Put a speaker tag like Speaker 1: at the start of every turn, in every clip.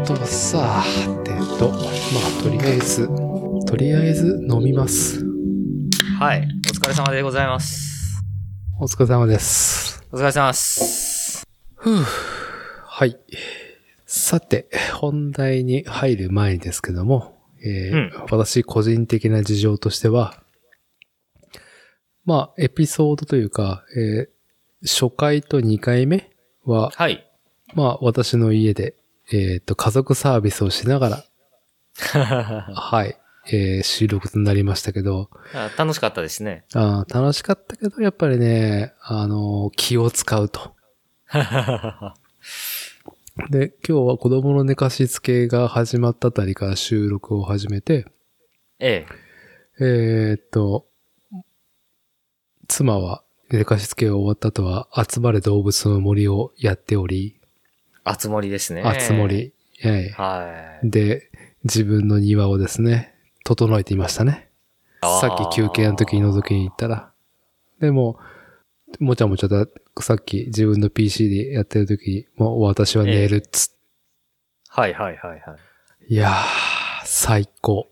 Speaker 1: さてと、まあ、とりあえず飲みます。
Speaker 2: はい。お疲れ様でございます。
Speaker 1: お疲れ様です。
Speaker 2: お疲れ様です。
Speaker 1: はい。さて、本題に入る前にですけども、私個人的な事情としては、まあ、エピソードというか、初回と2回目は、
Speaker 2: はい。
Speaker 1: まあ、私の家で、家族サービスをしながら、はい、収録となりましたけど、
Speaker 2: 楽しかったですね。
Speaker 1: 楽しかったけど、やっぱりね、気を使うと。で、今日は子供の寝かしつけが始まったあたりから収録を始めて、妻は寝かしつけが終わった後は、集まれ動物の森をやっており、
Speaker 2: あつ森ですね。
Speaker 1: あつ森。
Speaker 2: はい。
Speaker 1: で、自分の庭をですね、整えていましたね。さっき休憩の時に覗きに行ったら。でも、もちゃもちゃだ、さっき自分の PC でやってる時、もう私は寝るっつ
Speaker 2: はい。
Speaker 1: いやー、最高。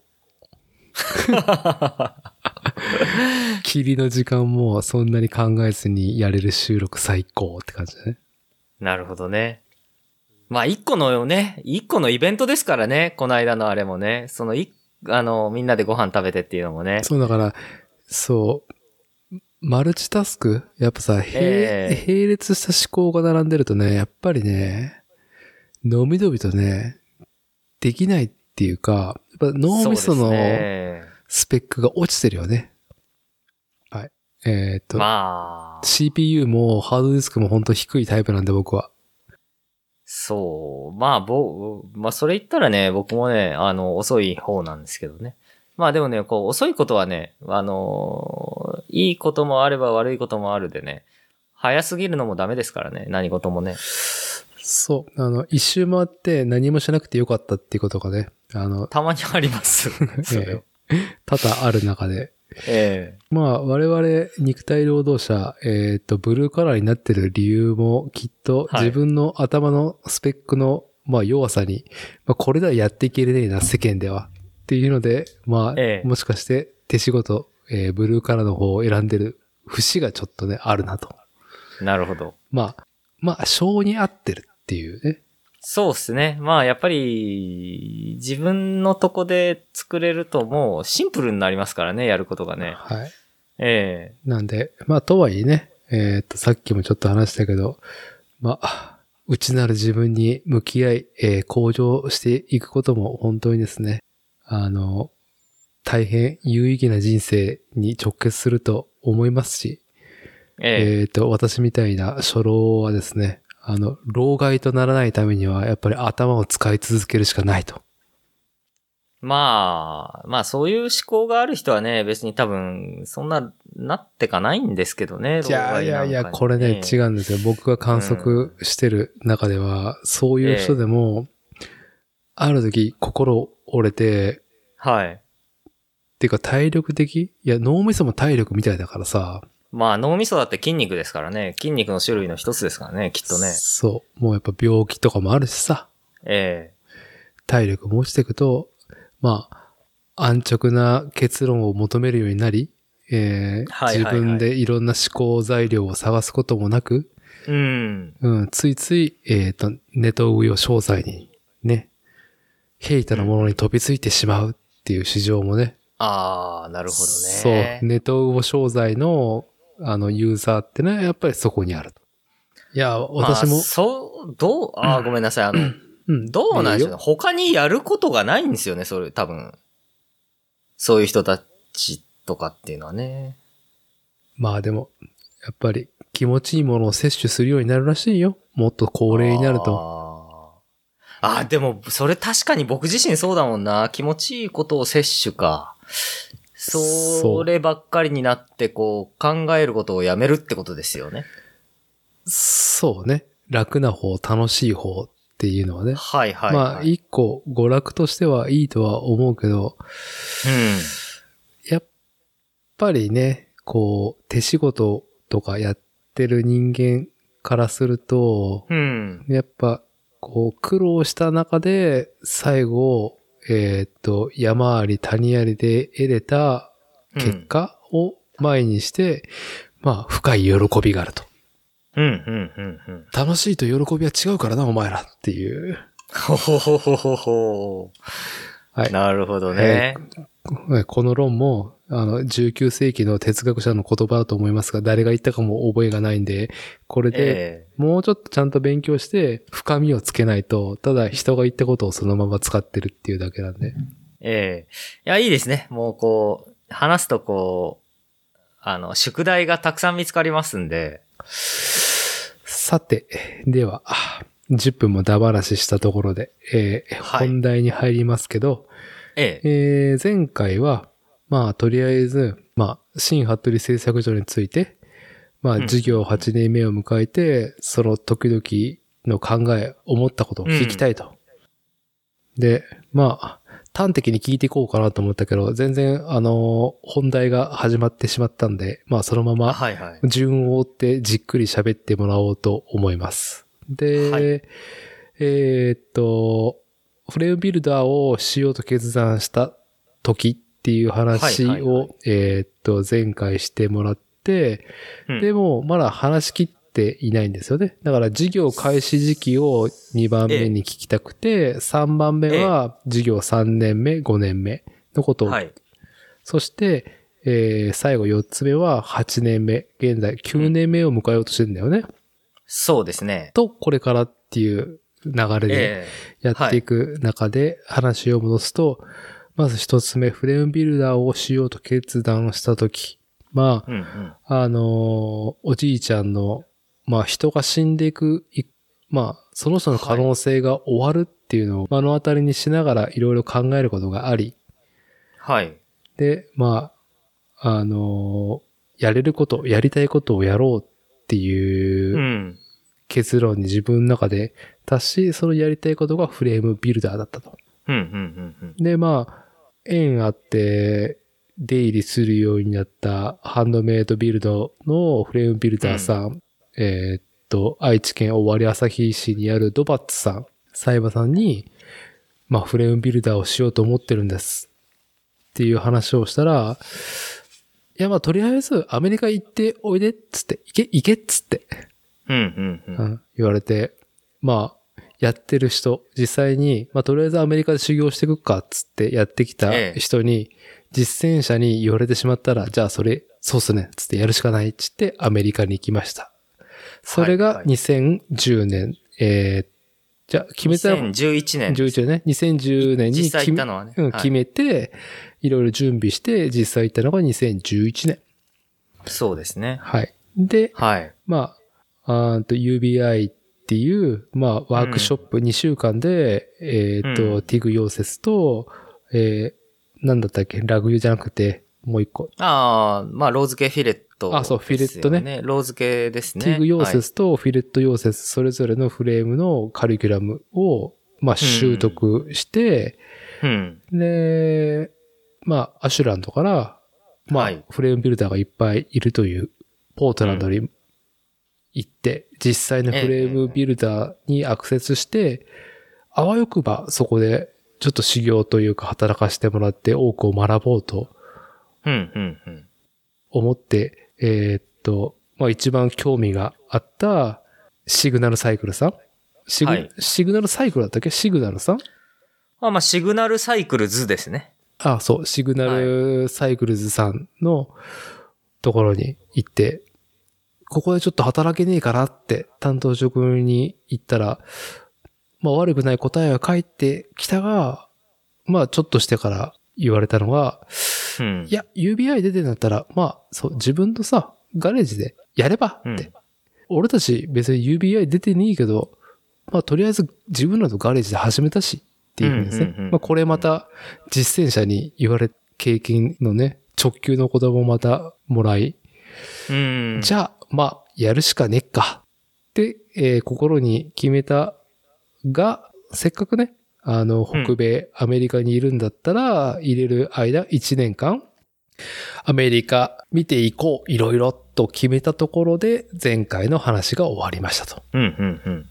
Speaker 1: 霧の時間もそんなに考えずにやれる収録最高って感じだね。
Speaker 2: なるほどね。まあ、一個のイベントですからね。この間のあれもね。みんなでご飯食べてっていうのもね。
Speaker 1: そうだから、マルチタスクやっぱさ、並列した思考が並んでるとね、やっぱりね、のびのびとね、できないっていうか、やっぱ脳みそのスペックが落ちてるよね。はい。
Speaker 2: まあ。
Speaker 1: CPU もハードディスクも本当低いタイプなんで僕は。
Speaker 2: そう。まあ、それ言ったらね、僕もね、遅い方なんですけどね。まあでもね、遅いことはね、いいこともあれば悪いこともあるでね、早すぎるのもダメですからね、何事もね。
Speaker 1: そう。一周回って何もしなくてよかったっていうことがね、
Speaker 2: たまにあります。それ
Speaker 1: 多々ある中で。まあ、我々肉体労働者、ブルーカラーになってる理由もきっと自分の頭のスペックの、まあ、弱さに、まあ、これではやっていけれねえな、世間では。っていうので、まあ、もしかして手仕事、ブルーカラーの方を選んでる節がちょっとね、あるなと。
Speaker 2: なるほど。
Speaker 1: まあ、性に合ってるっていうね。
Speaker 2: そうっすね。まあ、やっぱり、自分のとこで作れるともうシンプルになりますからね、やることがね。
Speaker 1: はい。なんで、まあ、とはいえね、さっきもちょっと話したけど、まあ、内なる自分に向き合い、向上していくことも本当にですね、大変有意義な人生に直結すると思いますし、私みたいな初老はですね、老害とならないためには、やっぱり頭を使い続けるしかないと。
Speaker 2: まあ、そういう思考がある人はね、別に多分、そんな、なってかないんですけどね、
Speaker 1: いや、これね、違うんですよ。僕が観測してる中では、そういう人でも、ある時、心折れて、
Speaker 2: はい。
Speaker 1: っていうか体力的？いや、脳みそも体力みたいだからさ。
Speaker 2: まあ、脳みそだって筋肉ですからね。筋肉の種類の一つですからね、きっとね。
Speaker 1: そう。もうやっぱ病気とかもあるしさ。体力も落ちていくと、まあ、安直な結論を求めるようになり、自分でいろんな思考材料を探すこともなく、ついつい、ネトウヨ商材に、ね、ヘイタのものに飛びついてしまうっていう市場もね。
Speaker 2: ああ、なるほどね。
Speaker 1: そう。ネトウヨ商材の、ユーザーってね、やっぱりそこにあると。いや、私も。
Speaker 2: ごめんなさい、どうなんでしょうね。他にやることがないんですよね、それ、多分。そういう人たちとかっていうのはね。
Speaker 1: まあでも、やっぱり気持ちいいものを摂取するようになるらしいよ。もっと高齢になると。
Speaker 2: でも、それ確かに僕自身そうだもんな。気持ちいいことを摂取か。そればっかりになって、考えることをやめるってことですよね。
Speaker 1: そうね。楽な方、楽しい方っていうのはね。
Speaker 2: はい。
Speaker 1: まあ、一個娯楽としてはいいとは思うけど、やっぱりね、手仕事とかやってる人間からすると、やっぱ、 こう、苦労した中で、最後、山あり谷ありで得れた結果を前にして、まあ、深い喜びがあると。楽しいと喜びは違うからな、お前らっていう。
Speaker 2: ほほほほほほ。はい。なるほどね。
Speaker 1: この論も、19世紀の哲学者の言葉だと思いますが、誰が言ったかも覚えがないんで、これで、もうちょっとちゃんと勉強して、深みをつけないと、ただ人が言ったことをそのまま使ってるっていうだけなんで。
Speaker 2: いや、いいですね。もうこう、話すとこう、宿題がたくさん見つかりますんで。
Speaker 1: さて、では、10分もダ話したところで、本題に入りますけど、前回は、まあ、とりあえず、まあ、新服部製作所について、まあ、事業8年目を迎えて、その時々の考え、思ったことを聞きたいと。で、まあ、端的に聞いていこうかなと思ったけど、全然、本題が始まってしまったんで、まあ、そのまま、順を追ってじっくり喋ってもらおうと思います。で、はい、フレームビルダーをしようと決断した時っていう話を、前回してもらって、でも、まだ話し切っていないんですよね。だから事業開始時期を2番目に聞きたくて、3番目は事業3年目、5年目のことを。そして、最後4つ目は8年目、現在9年目を迎えようとしてるんだよね。
Speaker 2: そうですね。
Speaker 1: と、これからっていう流れでやっていく中で話を戻すと、まず一つ目、フレームビルダーをしようと決断したとき、まあ、おじいちゃんの、まあ人が死んでいく、まあその人の可能性が終わるっていうのを目の当たりにしながらいろいろ考えることがあり、
Speaker 2: はい。
Speaker 1: で、まあ、やれること、やりたいことをやろうっていう結論に自分の中で達し、そのやりたいことがフレームビルダーだったと。で、まあ、縁あって出入りするようになったハンドメイドビルドのフレームビルダーさん、愛知県尾張旭市にあるドバッツさん、サイバさんに、まあ、フレームビルダーをしようと思ってるんです。っていう話をしたら、いや、まあ、とりあえずアメリカ行っておいでっつって、行けっつって。言われて、まあ、やってる人、実際に、まあ、とりあえずアメリカで修行していくかっつってやってきた人に、実践者に言われてしまったら、じゃあそうっすね、つってやるしかないっつってアメリカに行きました。それが2010年、じゃあ決めたの
Speaker 2: 2011年。
Speaker 1: 11年ね。2010年に
Speaker 2: 実際行ったのはね。
Speaker 1: 決めて、いろいろ準備して、実際行ったのが2011年。
Speaker 2: そうですね。
Speaker 1: はい。で、まあ、UBI っていう、まあ、ワークショップ2週間で、ティグ溶接と、なんだったっけ、ラグユじゃなくて、もう一個。
Speaker 2: まあ、ローズ系フィレット、
Speaker 1: そう、フィレットね。
Speaker 2: ローズ系ですね。
Speaker 1: ティグ溶接とフィレット溶接、それぞれのフレームのカリキュラムを、まあ、習得して、で、まあ、アシュランドから、まあ、フレームビルダーがいっぱいいるという、ポートランドに行って、実際のフレームビルダーにアクセスして、あわよくばそこでちょっと修行というか働かせてもらって多くを学ぼうと思って、まあ一番興味があったシグナルサイクルさん、シグナルサイクルだったっけ？シグナルさん？
Speaker 2: まあシグナルサイクルズですね。
Speaker 1: そう、シグナルサイクルズさんのところに行って、ここでちょっと働けねえかなって担当職に言ったら、まあ悪くない答えが返ってきたが、まあちょっとしてから言われたのが、いや、UBI 出てんだったら、まあそう、自分のさ、ガレージでやればって。俺たち別に UBI 出てねえけど、まあとりあえず自分らのガレージで始めたしっていうんですね。まあこれまた実践者に言われ、経験のね、直球の言葉もまたもらい、じゃあ、まあ、やるしかねっか。って、心に決めたが、せっかくね、北米、アメリカにいるんだったら、入れる間1年間、アメリカ見ていこう、いろいろと決めたところで、前回の話が終わりましたと。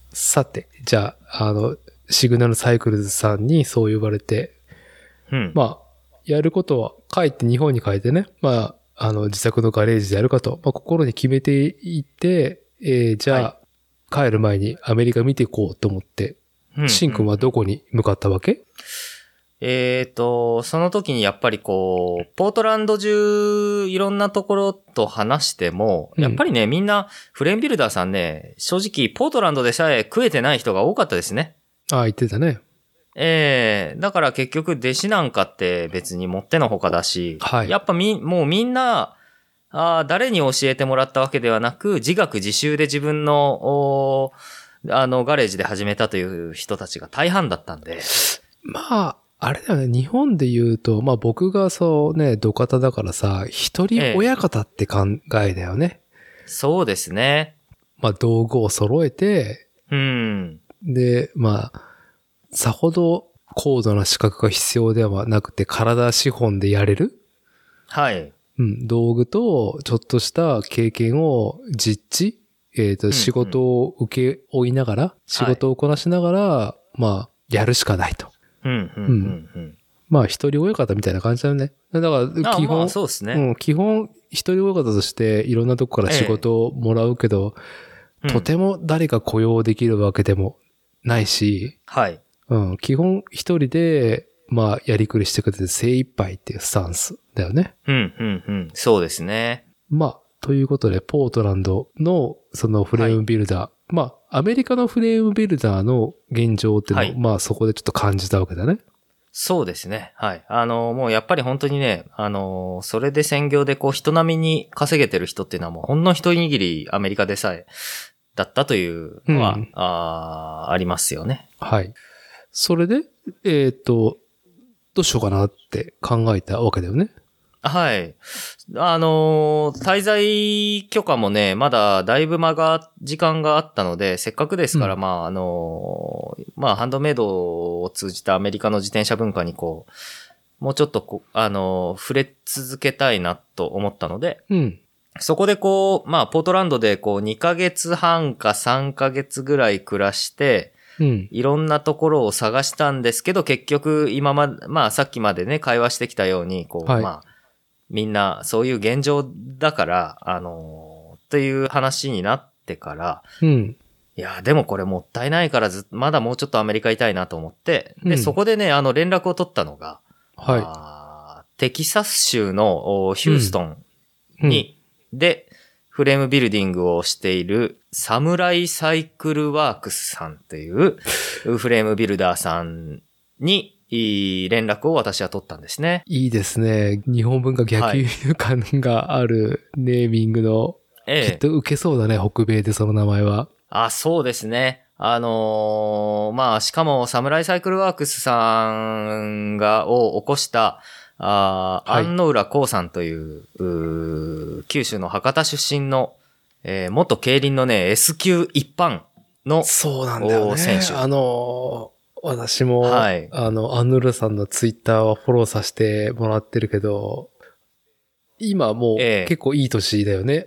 Speaker 1: さて、じゃあ、シグナルサイクルズさんにそう呼ばれて、
Speaker 2: うん。
Speaker 1: まあ、やることは、日本に帰ってね、まあ、自宅のガレージでやるかと、まあ、心に決めていて、じゃあ、帰る前にアメリカ見ていこうと思って、シン君はどこに向かったわけ？
Speaker 2: その時にやっぱりこう、ポートランド中いろんなところと話しても、やっぱりね、みんなフレームビルダーさんね、正直ポートランドでさえ食えてない人が多かったですね。
Speaker 1: ああ、言ってたね。
Speaker 2: だから結局弟子なんかって別にもってのほかだし、
Speaker 1: はい、
Speaker 2: やっぱもうみんな、誰に教えてもらったわけではなく、自学自習で自分の、ガレージで始めたという人たちが大半だったんで。
Speaker 1: まあ、あれだよね、日本で言うと、まあ僕がそうね、土方だからさ、一人親方って考えだよね。
Speaker 2: そうですね。
Speaker 1: まあ道具を揃えて、
Speaker 2: うん。
Speaker 1: で、まあ、さほど高度な資格が必要ではなくて、体資本でやれる？
Speaker 2: はい。
Speaker 1: うん、道具とちょっとした経験を実地、仕事を請け負いながら、仕事をこなしながら、まあ、やるしかないと。まあ、一人親方みたいな感じだよね。だから、基本、
Speaker 2: そうですね。
Speaker 1: うん、基本、一人親方としていろんなとこから仕事をもらうけど、とても誰か雇用できるわけでもないし、
Speaker 2: はい。
Speaker 1: うん、基本一人で、まあ、やりくりしてくれて精一杯っていうスタンスだよね。
Speaker 2: そうですね。
Speaker 1: まあ、ということで、ポートランドのそのフレームビルダー、はい、まあ、アメリカのフレームビルダーの現状っていうのを、はい、まあそこでちょっと感じたわけだね。
Speaker 2: そうですね。はい。もうやっぱり本当にね、それで専業でこう人並みに稼げてる人っていうのはもうほんの一握りアメリカでさえだったというのは、ありますよね。
Speaker 1: はい。それで、どうしようかなって考えたわけだよね。
Speaker 2: はい。滞在許可もね、まだだいぶ時間があったので、せっかくですから、まあ、まあ、ハンドメイドを通じたアメリカの自転車文化にこう、もうちょっと触れ続けたいなと思ったので、そこでこう、まあ、ポートランドでこう、2ヶ月半か3ヶ月ぐらい暮らして、いろんなところを探したんですけど、結局まあさっきまでね、会話してきたように、こう、はい、まあ、みんなそういう現状だから、という話になってから、いや、でもこれもったいないからまだもうちょっとアメリカいたいなと思って、で、そこでね、連絡を取ったのが、はい、テキサス州のヒューストンに、で、フレームビルディングをしているサムライサイクルワークスさんというフレームビルダーさんに連絡を私は取ったんですね。
Speaker 1: いいですね。日本文化逆輸入感があるネーミングの、きっと受けそうだね、北米でその名前は。
Speaker 2: そうですね。まあ、しかもサムライサイクルワークスさんを起こした安野浦光さんという、九州の博多出身の、元競輪のね、S 級一般の
Speaker 1: そうなんだよね。
Speaker 2: 選手。
Speaker 1: 私も、はい、安野浦さんのツイッターはフォローさせてもらってるけど、今もう結構いい年だよね。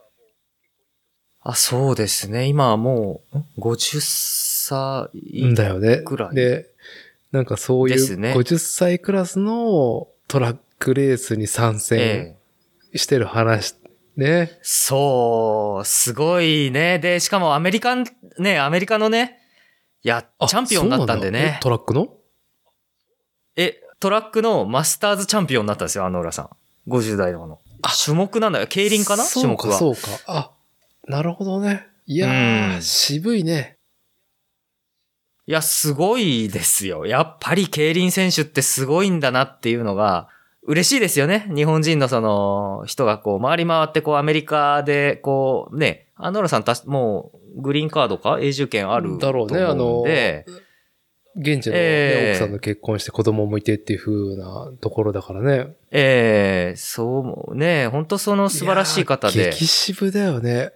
Speaker 2: そうですね。今はもう、50歳
Speaker 1: だよね。
Speaker 2: くらい。
Speaker 1: で、なんかそういう50歳クラスのトラックレースに参戦してる話ね。
Speaker 2: そう、すごいね。で、しかもアメリカのね、チャンピオンになったんでね。
Speaker 1: トラックの？
Speaker 2: トラックのマスターズチャンピオンになったんですよ、安野浦さん。50代の種目なんだよ。競輪かな？種目は。
Speaker 1: そうか。なるほどね。いやー、渋いね。
Speaker 2: いや、すごいですよ。やっぱり競輪選手ってすごいんだなっていうのが、嬉しいですよね。日本人のその人がこう回り回ってこうアメリカでこうね、安野浦さんもうグリーンカードか永住権あると思うんで。だろうね、
Speaker 1: 現地の、奥さんと結婚して子供もいてっていう風なところだから
Speaker 2: ね。そうね、本当その素晴らしい方で。
Speaker 1: 激渋だよね。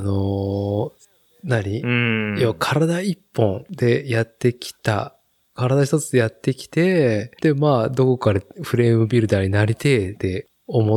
Speaker 1: 要は体一本でやってきた。体一つでやってきて、で、まあ、どこかでフレームビルダーになりてえって思って、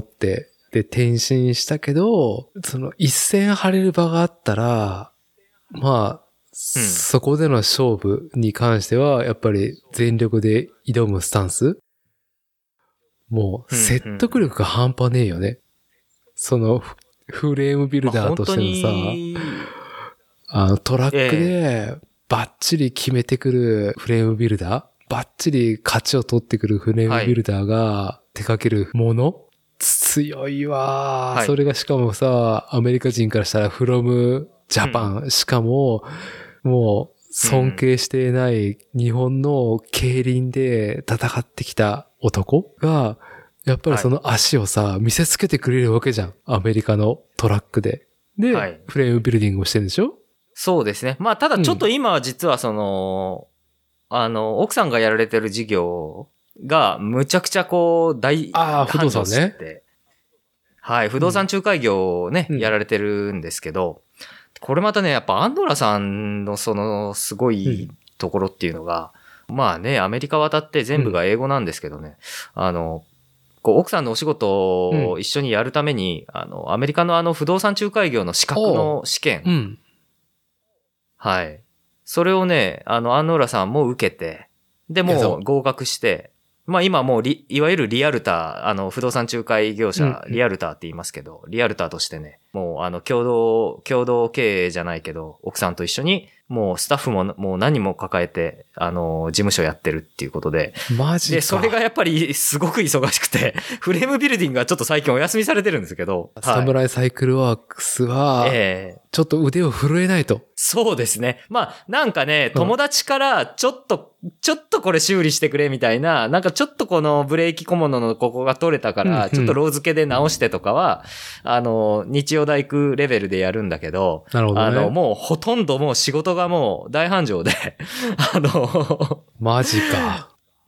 Speaker 1: で、転身したけど、その一線張れる場があったら、まあ、 そこでの勝負に関しては、やっぱり全力で挑むスタンス、もう説得力が半端ねえよね。そのフレームビルダーとしてのさ、トラックでバッチリ決めてくるフレームビルダー、バッチリ勝ちを取ってくるフレームビルダーが手掛けるもの、強いわ、それがしかもさ、アメリカ人からしたらfrom Japan、しかも、もう尊敬していない日本の競輪で戦ってきた男が、やっぱりその足をさ、見せつけてくれるわけじゃん。アメリカのトラックで。で、フレームビルディングをしてるんでしょ？
Speaker 2: そうですね。まあ、ただちょっと今は実は奥さんがやられてる事業がむちゃくちゃ大繁盛して、ね、はい、不動産仲介業をね、やられてるんですけど、これまたね、やっぱアンドラさんのすごいところっていうのが、まあね、アメリカ渡って全部が英語なんですけどね、奥さんのお仕事を一緒にやるために、アメリカの不動産仲介業の資格の試験、はい。それをね、アンノーラさんも受けて、で、もう合格して、まあ今もういわゆるリアルター、不動産仲介業者、リアルターって言いますけど、リアルターとしてね、もう共同経営じゃないけど、奥さんと一緒に、もうスタッフももう何も抱えて、事務所やってるっていうことで。
Speaker 1: マジか。
Speaker 2: で、それがやっぱりすごく忙しくて、フレームビルディングがちょっと最近お休みされてるんですけど。
Speaker 1: サムライサイクルワークスは、ちょっと腕を震えないと。
Speaker 2: そうですね。まあ、なんかね、友達からちょっとこれ修理してくれみたいな、なんかちょっとこのブレーキ小物のここが取れたから、ちょっとロー付けで直してとかは、日曜大工レベルでやるんだけど、
Speaker 1: なるほどね。
Speaker 2: もうほとんどもう仕事がもう大繁盛で、
Speaker 1: マジか。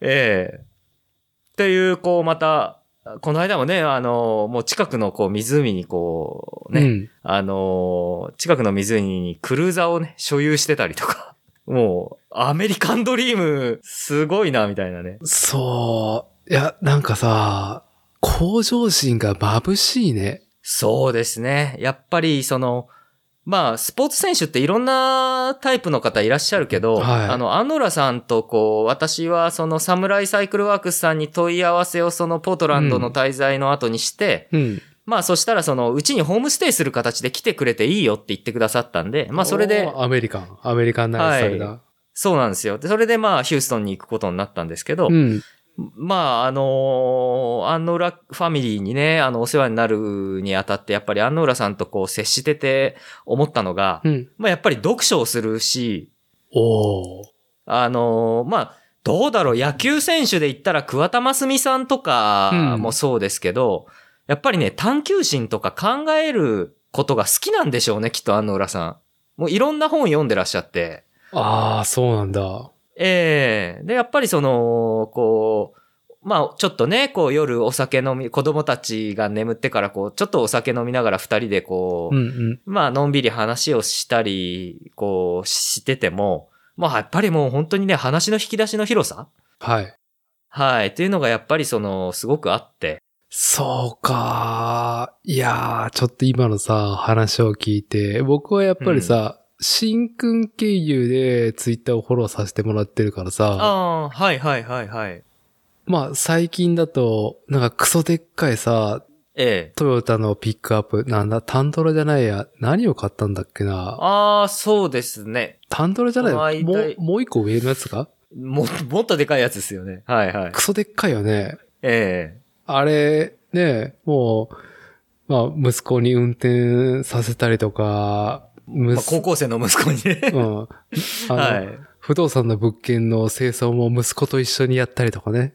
Speaker 2: っていう、また、この間もね、もう近くの湖に近くの湖にクルーザーをね、所有してたりとか、もう、アメリカンドリーム、すごいな、みたいなね。
Speaker 1: そう。いや、なんかさ、向上心が眩しいね。
Speaker 2: そうですね。やっぱり、まあ、スポーツ選手っていろんなタイプの方いらっしゃるけど、アンノラさんと私はサムライサイクルワークスさんに問い合わせをポートランドの滞在の後にして、まあそしたらうちにホームステイする形で来てくれていいよって言ってくださったんで、まあそれで。
Speaker 1: アメリカンナイスされた。
Speaker 2: そうなんですよ。で、それでまあヒューストンに行くことになったんですけど、まあアンノーラファミリーにね、お世話になるにあたって、やっぱりアンノーラさんと接してて思ったのが、まあやっぱり読書をするし、まあ、どうだろう、野球選手で言ったら桑田真澄さんとかもそうですけど、やっぱりね、探求心とか考えることが好きなんでしょうね、きっとアンノーラさん。もういろんな本読んでらっしゃって。
Speaker 1: ああ、そうなんだ。
Speaker 2: で、やっぱりまあ、ちょっとね、夜お酒子供たちが眠ってからちょっとお酒飲みながら二人でまあ、のんびり話をしたり、してても、まあ、やっぱりもう本当にね、話の引き出しの広さ？
Speaker 1: はい。
Speaker 2: はい。っていうのがやっぱりすごくあって。
Speaker 1: そうか。いやー、ちょっと今のさ、話を聞いて、僕はやっぱりさ、しんくん経由でツイッターをフォローさせてもらってるからさ。
Speaker 2: はい。
Speaker 1: まあ、最近だと、なんかクソでっかいさ、トヨタのピックアップ、なんだ、タンドラじゃないや、何を買ったんだっけな。
Speaker 2: そうですね。
Speaker 1: タンドラじゃない、もう一個上のやつか？
Speaker 2: もっとでかいやつですよね。はい。
Speaker 1: クソでっかいよね。あれ、ね、もう、まあ、息子に運転させたりとか、
Speaker 2: 高校生の息子にね。
Speaker 1: 不動産の物件の清掃も息子と一緒にやったりとかね。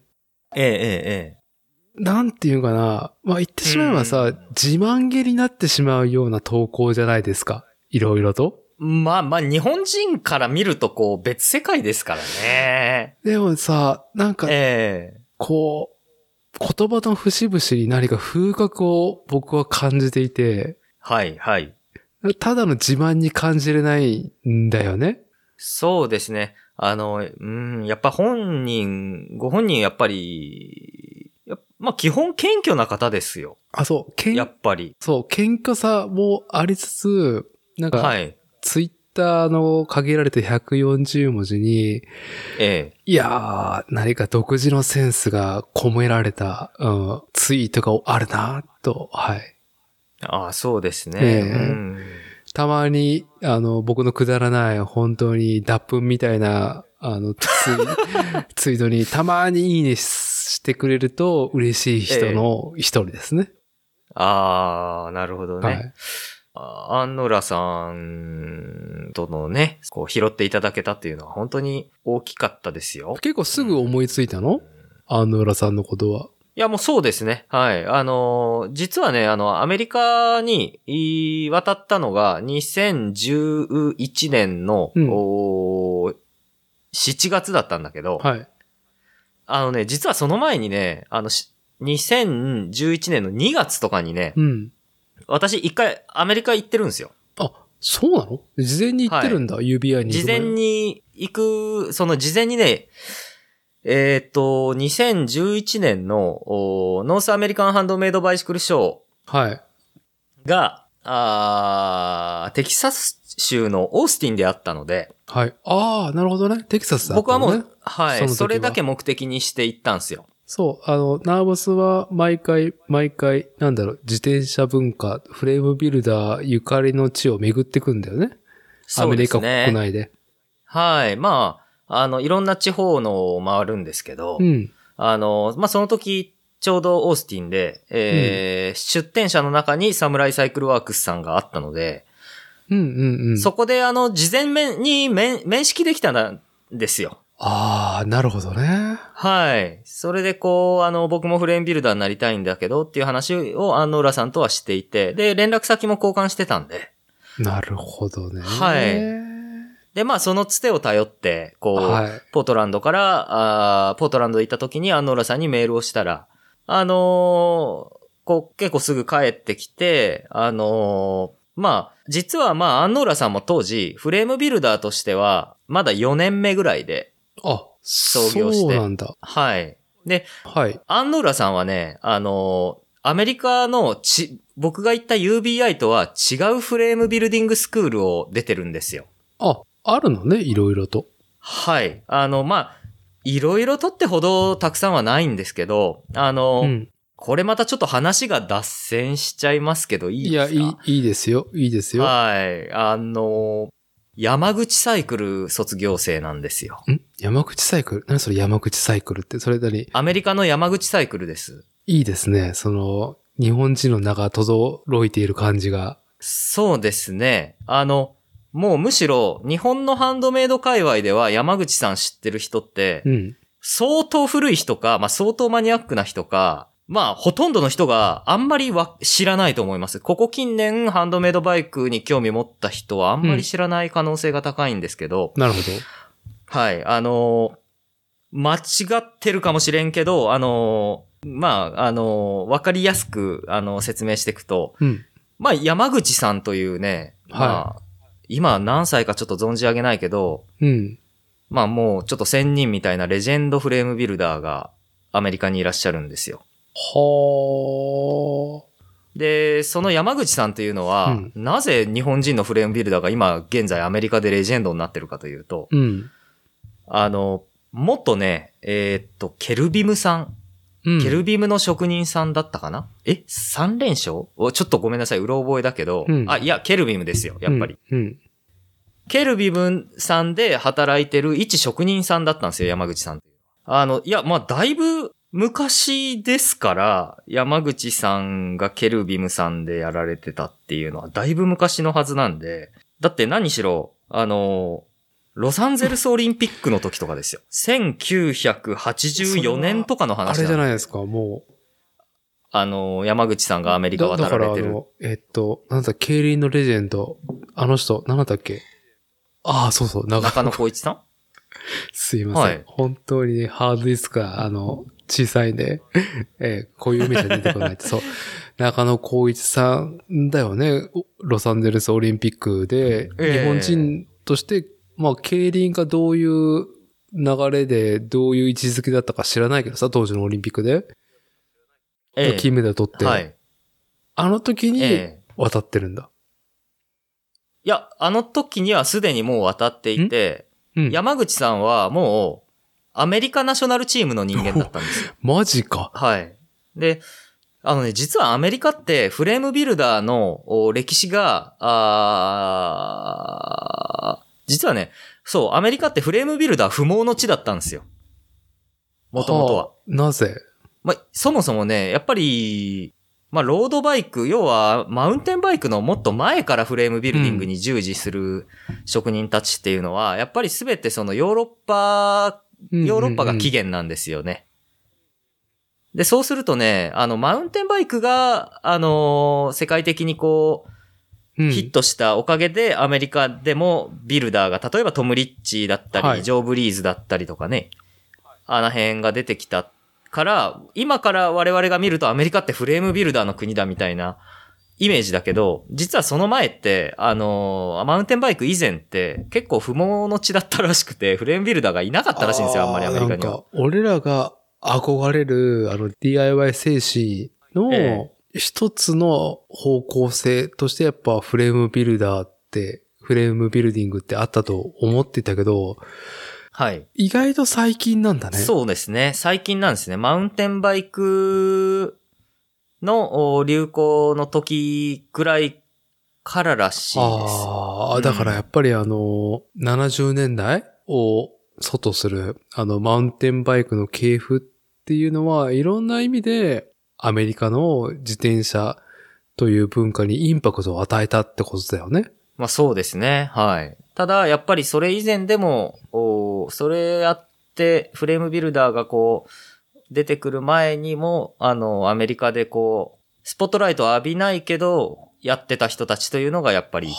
Speaker 1: なんていうかな。まあ、言ってしまえばさ、自慢げになってしまうような投稿じゃないですか。いろいろと。
Speaker 2: まあ、日本人から見ると別世界ですからね。
Speaker 1: でもさ、なんか、言葉の節々に何か風格を僕は感じていて。
Speaker 2: はい。
Speaker 1: ただの自慢に感じれないんだよね。
Speaker 2: そうですね。やっぱご本人やっぱり、まあ基本謙虚な方ですよ。
Speaker 1: そう、
Speaker 2: やっぱり。
Speaker 1: そう、謙虚さもありつつ、なんか、ツイッた限られた140文字に、いやー、何か独自のセンスが込められた、ツイートがあるなと、はい。
Speaker 2: ああ、そうですね。
Speaker 1: たまに、僕のくだらない、本当に脱粉みたいな、ツイートにたまにいいねしてくれると嬉しい人の一人ですね。
Speaker 2: ああ、なるほどね。はい、アンノラさんとのね、こう拾っていただけたっていうのは本当に大きかったですよ。
Speaker 1: 結構すぐ思いついたの？アンノラさんのことは。
Speaker 2: いや、もうそうですね。はい。実はね、アメリカに渡ったのが2011年の、7月だったんだけど、はい。実はその前にね、2011年の2月とかにね、私一回アメリカ行ってるんですよ。
Speaker 1: あ、そうなの？事前に行ってるんだ、はい、UBI に。
Speaker 2: 事前に行く、その事前にね、2011年のノースアメリカンハンドメイドバイシクルショーが、テキサス州のオースティンであったので、
Speaker 1: はい。ああ、なるほどね。テキサスだったのね。
Speaker 2: 僕はもう、はい。それだけ目的にして行ったんですよ。
Speaker 1: そう。ナーボスは毎回、自転車文化、フレームビルダーゆかりの地を巡ってくんだよね。そうですね。アメリカ国内で。
Speaker 2: はい。まあ、いろんな地方のを回るんですけど、まあ、その時、ちょうどオースティンで、出店者の中にサムライサイクルワークスさんがあったので、そこで事前に面識できたんですよ。
Speaker 1: ああ、なるほどね。
Speaker 2: はい。それで僕もフレームビルダーになりたいんだけどっていう話をアンノーラさんとはしていて、で、連絡先も交換してたんで。
Speaker 1: なるほどね。
Speaker 2: はい。で、まあ、そのつてを頼って、ポートランドから、ポートランド行った時にアンノーラさんにメールをしたら、結構すぐ帰ってきて、まあ、実はアンノーラさんも当時、フレームビルダーとしては、まだ4年目ぐらいで、創業して。
Speaker 1: そうなんだ。
Speaker 2: はい。で、はい。アンノーラさんはね、アメリカの僕が行った UBI とは違うフレームビルディングスクールを出てるんですよ。
Speaker 1: あるのね、いろいろと。
Speaker 2: はい。まあ、いろいろとってほどたくさんはないんですけど、これまたちょっと話が脱線しちゃいますけど、いいですか？
Speaker 1: いいですよ。いいですよ。
Speaker 2: はい。山口サイクル卒業生なんですよ。
Speaker 1: 山口サイクル？何それ山口サイクルって、それ何？
Speaker 2: アメリカの山口サイクルです。
Speaker 1: いいですね。日本人の名が轟いている感じが。
Speaker 2: そうですね。もうむしろ日本のハンドメイド界隈では山口さん知ってる人って、相当古い人か、まあ相当マニアックな人か、まあほとんどの人があんまり知らないと思います。ここ近年ハンドメイドバイクに興味持った人はあんまり知らない可能性が高いんですけど。
Speaker 1: なるほど。
Speaker 2: はい。間違ってるかもしれんけど、まあ、わかりやすく、説明していくと、まあ山口さんというね、まあ、今何歳かちょっと存じ上げないけど、まあもうちょっと仙人みたいなレジェンドフレームビルダーがアメリカにいらっしゃるんですよ。
Speaker 1: は
Speaker 2: ー。で、その山口さんというのは、なぜ日本人のフレームビルダーが今現在アメリカでレジェンドになってるかというと、もっとね、ケルビムさん、ケルビムの職人さんだったかな？3連勝？ちょっとごめんなさい、うろ覚えだけど、いや、ケルビムですよ、やっぱり。ケルビムさんで働いてる一職人さんだったんですよ、山口さん。いや、まあ、だいぶ昔ですから、山口さんがケルビムさんでやられてたっていうのはだいぶ昔のはずなんで、だって何しろ、ロサンゼルスオリンピックの時とかですよ。1984年とかの話
Speaker 1: あれじゃないですか、も
Speaker 2: う。山口さんがアメリカ渡られてる。
Speaker 1: なんだ、競輪のレジェンド。あの人、何だったっけ？ああ、そうそう、
Speaker 2: 中野浩一さん
Speaker 1: すいません。はい、本当にハードディスクが、小さいんで、こういう名詞が出てこないって。そう。中野浩一さんだよね。ロサンゼルスオリンピックで、日本人として、まあ、競輪がどういう流れで、どういう位置づけだったか知らないけどさ、当時のオリンピックで。金メダル取って。はい。あの時に渡ってるんだ。
Speaker 2: いや、あの時にはすでにもう渡っていて、山口さんはもう、アメリカナショナルチームの人間だったんですよ。
Speaker 1: マジか。
Speaker 2: はい。で、実はアメリカってフレームビルダーの歴史が、実はね、そう、アメリカってフレームビルダー不毛の地だったんですよ。もともとは。
Speaker 1: なぜ？
Speaker 2: そもそもね、やっぱり、ロードバイク、要は、マウンテンバイクのもっと前からフレームビルディングに従事する職人たちっていうのは、やっぱりすべてそのヨーロッパが起源なんですよね。で、そうするとね、マウンテンバイクが、世界的にこう、ヒットしたおかげで、アメリカでもビルダーが、例えばトム・リッチだったり、はい、ジョー・ブリーズだったりとかね、あの辺が出てきたから、今から我々が見るとアメリカってフレームビルダーの国だみたいなイメージだけど、実はその前って、マウンテンバイク以前って結構不毛の地だったらしくて、フレームビルダーがいなかったらしいんですよ、あんまりアメリカには。
Speaker 1: 俺らが憧れる、DIY 精神の一つの方向性としてやっぱフレームビルダーって、フレームビルディングってあったと思ってたけど、
Speaker 2: はい。
Speaker 1: 意外と最近なんだね。
Speaker 2: そうですね。最近なんですね。マウンテンバイクの流行の時くらいかららしいです。
Speaker 1: だからやっぱり70年代を外する、マウンテンバイクの系譜っていうのは、いろんな意味でアメリカの自転車という文化にインパクトを与えたってことだよね。
Speaker 2: そうですね。はい。ただ、やっぱりそれ以前でも、それやって、フレームビルダーがこう、出てくる前にも、アメリカでこう、スポットライトを浴びないけど、やってた人たちというのがやっぱりいて。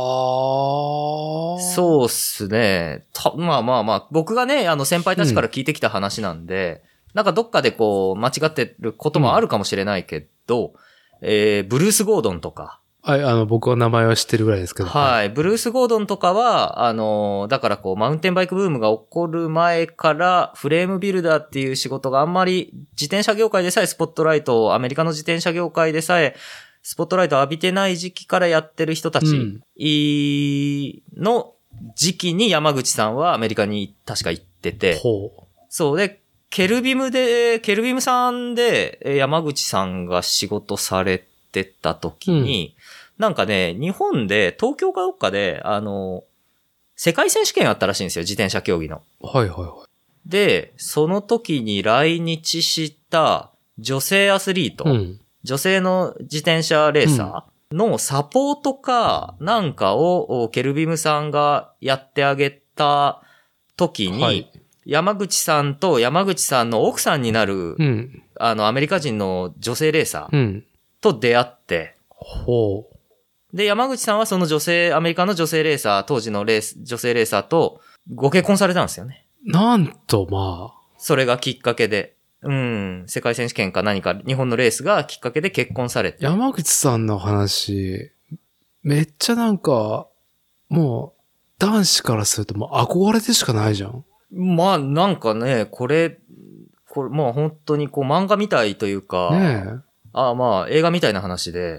Speaker 2: そうっすね。僕がね、先輩たちから聞いてきた話なんで、なんかどっかでこう、間違ってることもあるかもしれないけど、ブルース・ゴードンとか、
Speaker 1: はい、僕は名前は知ってるぐらいですけど。
Speaker 2: はい。ブルース・ゴードンとかは、だからこう、マウンテンバイクブームが起こる前から、フレームビルダーっていう仕事があんまり、自転車業界でさえスポットライトを、アメリカの自転車業界でさえ、スポットライトを浴びてない時期からやってる人たちの時期に山口さんはアメリカに確か行ってて、そうで、ケルビムさんで山口さんが仕事されてた時に、なんかね、日本で、東京かどっかで、世界選手権あったらしいんですよ、自転車競技の。
Speaker 1: はいはいはい。
Speaker 2: で、その時に来日した女性アスリート、女性の自転車レーサーのサポートカーなんかをケルビムさんがやってあげた時に、山口さんと山口さんの奥さんになる、アメリカ人の女性レーサーと出会って、で、山口さんはそのアメリカの女性レーサー、当時の女性レーサーとご結婚されたんですよね。
Speaker 1: なんと
Speaker 2: それがきっかけで、世界選手権か何か日本のレースがきっかけで結婚されて。
Speaker 1: 山口さんの話、めっちゃなんか、もう男子からするともう憧れでしかないじゃん。
Speaker 2: なんかね、これもう本当にこう漫画みたいというか、映画みたいな話で、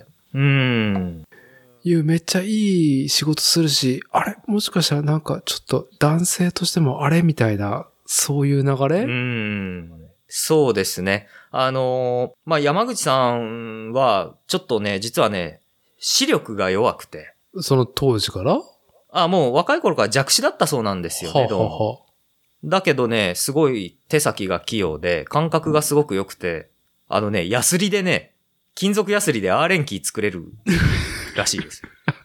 Speaker 1: めっちゃいい仕事するし、あれもしかしたらなんかちょっと男性としてもあれみたいな、そういう流れ？
Speaker 2: そうですね。山口さんは、ちょっとね、実はね、視力が弱くて。
Speaker 1: その当時から？
Speaker 2: もう若い頃から弱視だったそうなんですよね、だけどね、すごい手先が器用で、感覚がすごく良くて、ヤスリでね、金属ヤスリでアーレンキー作れるらしいです。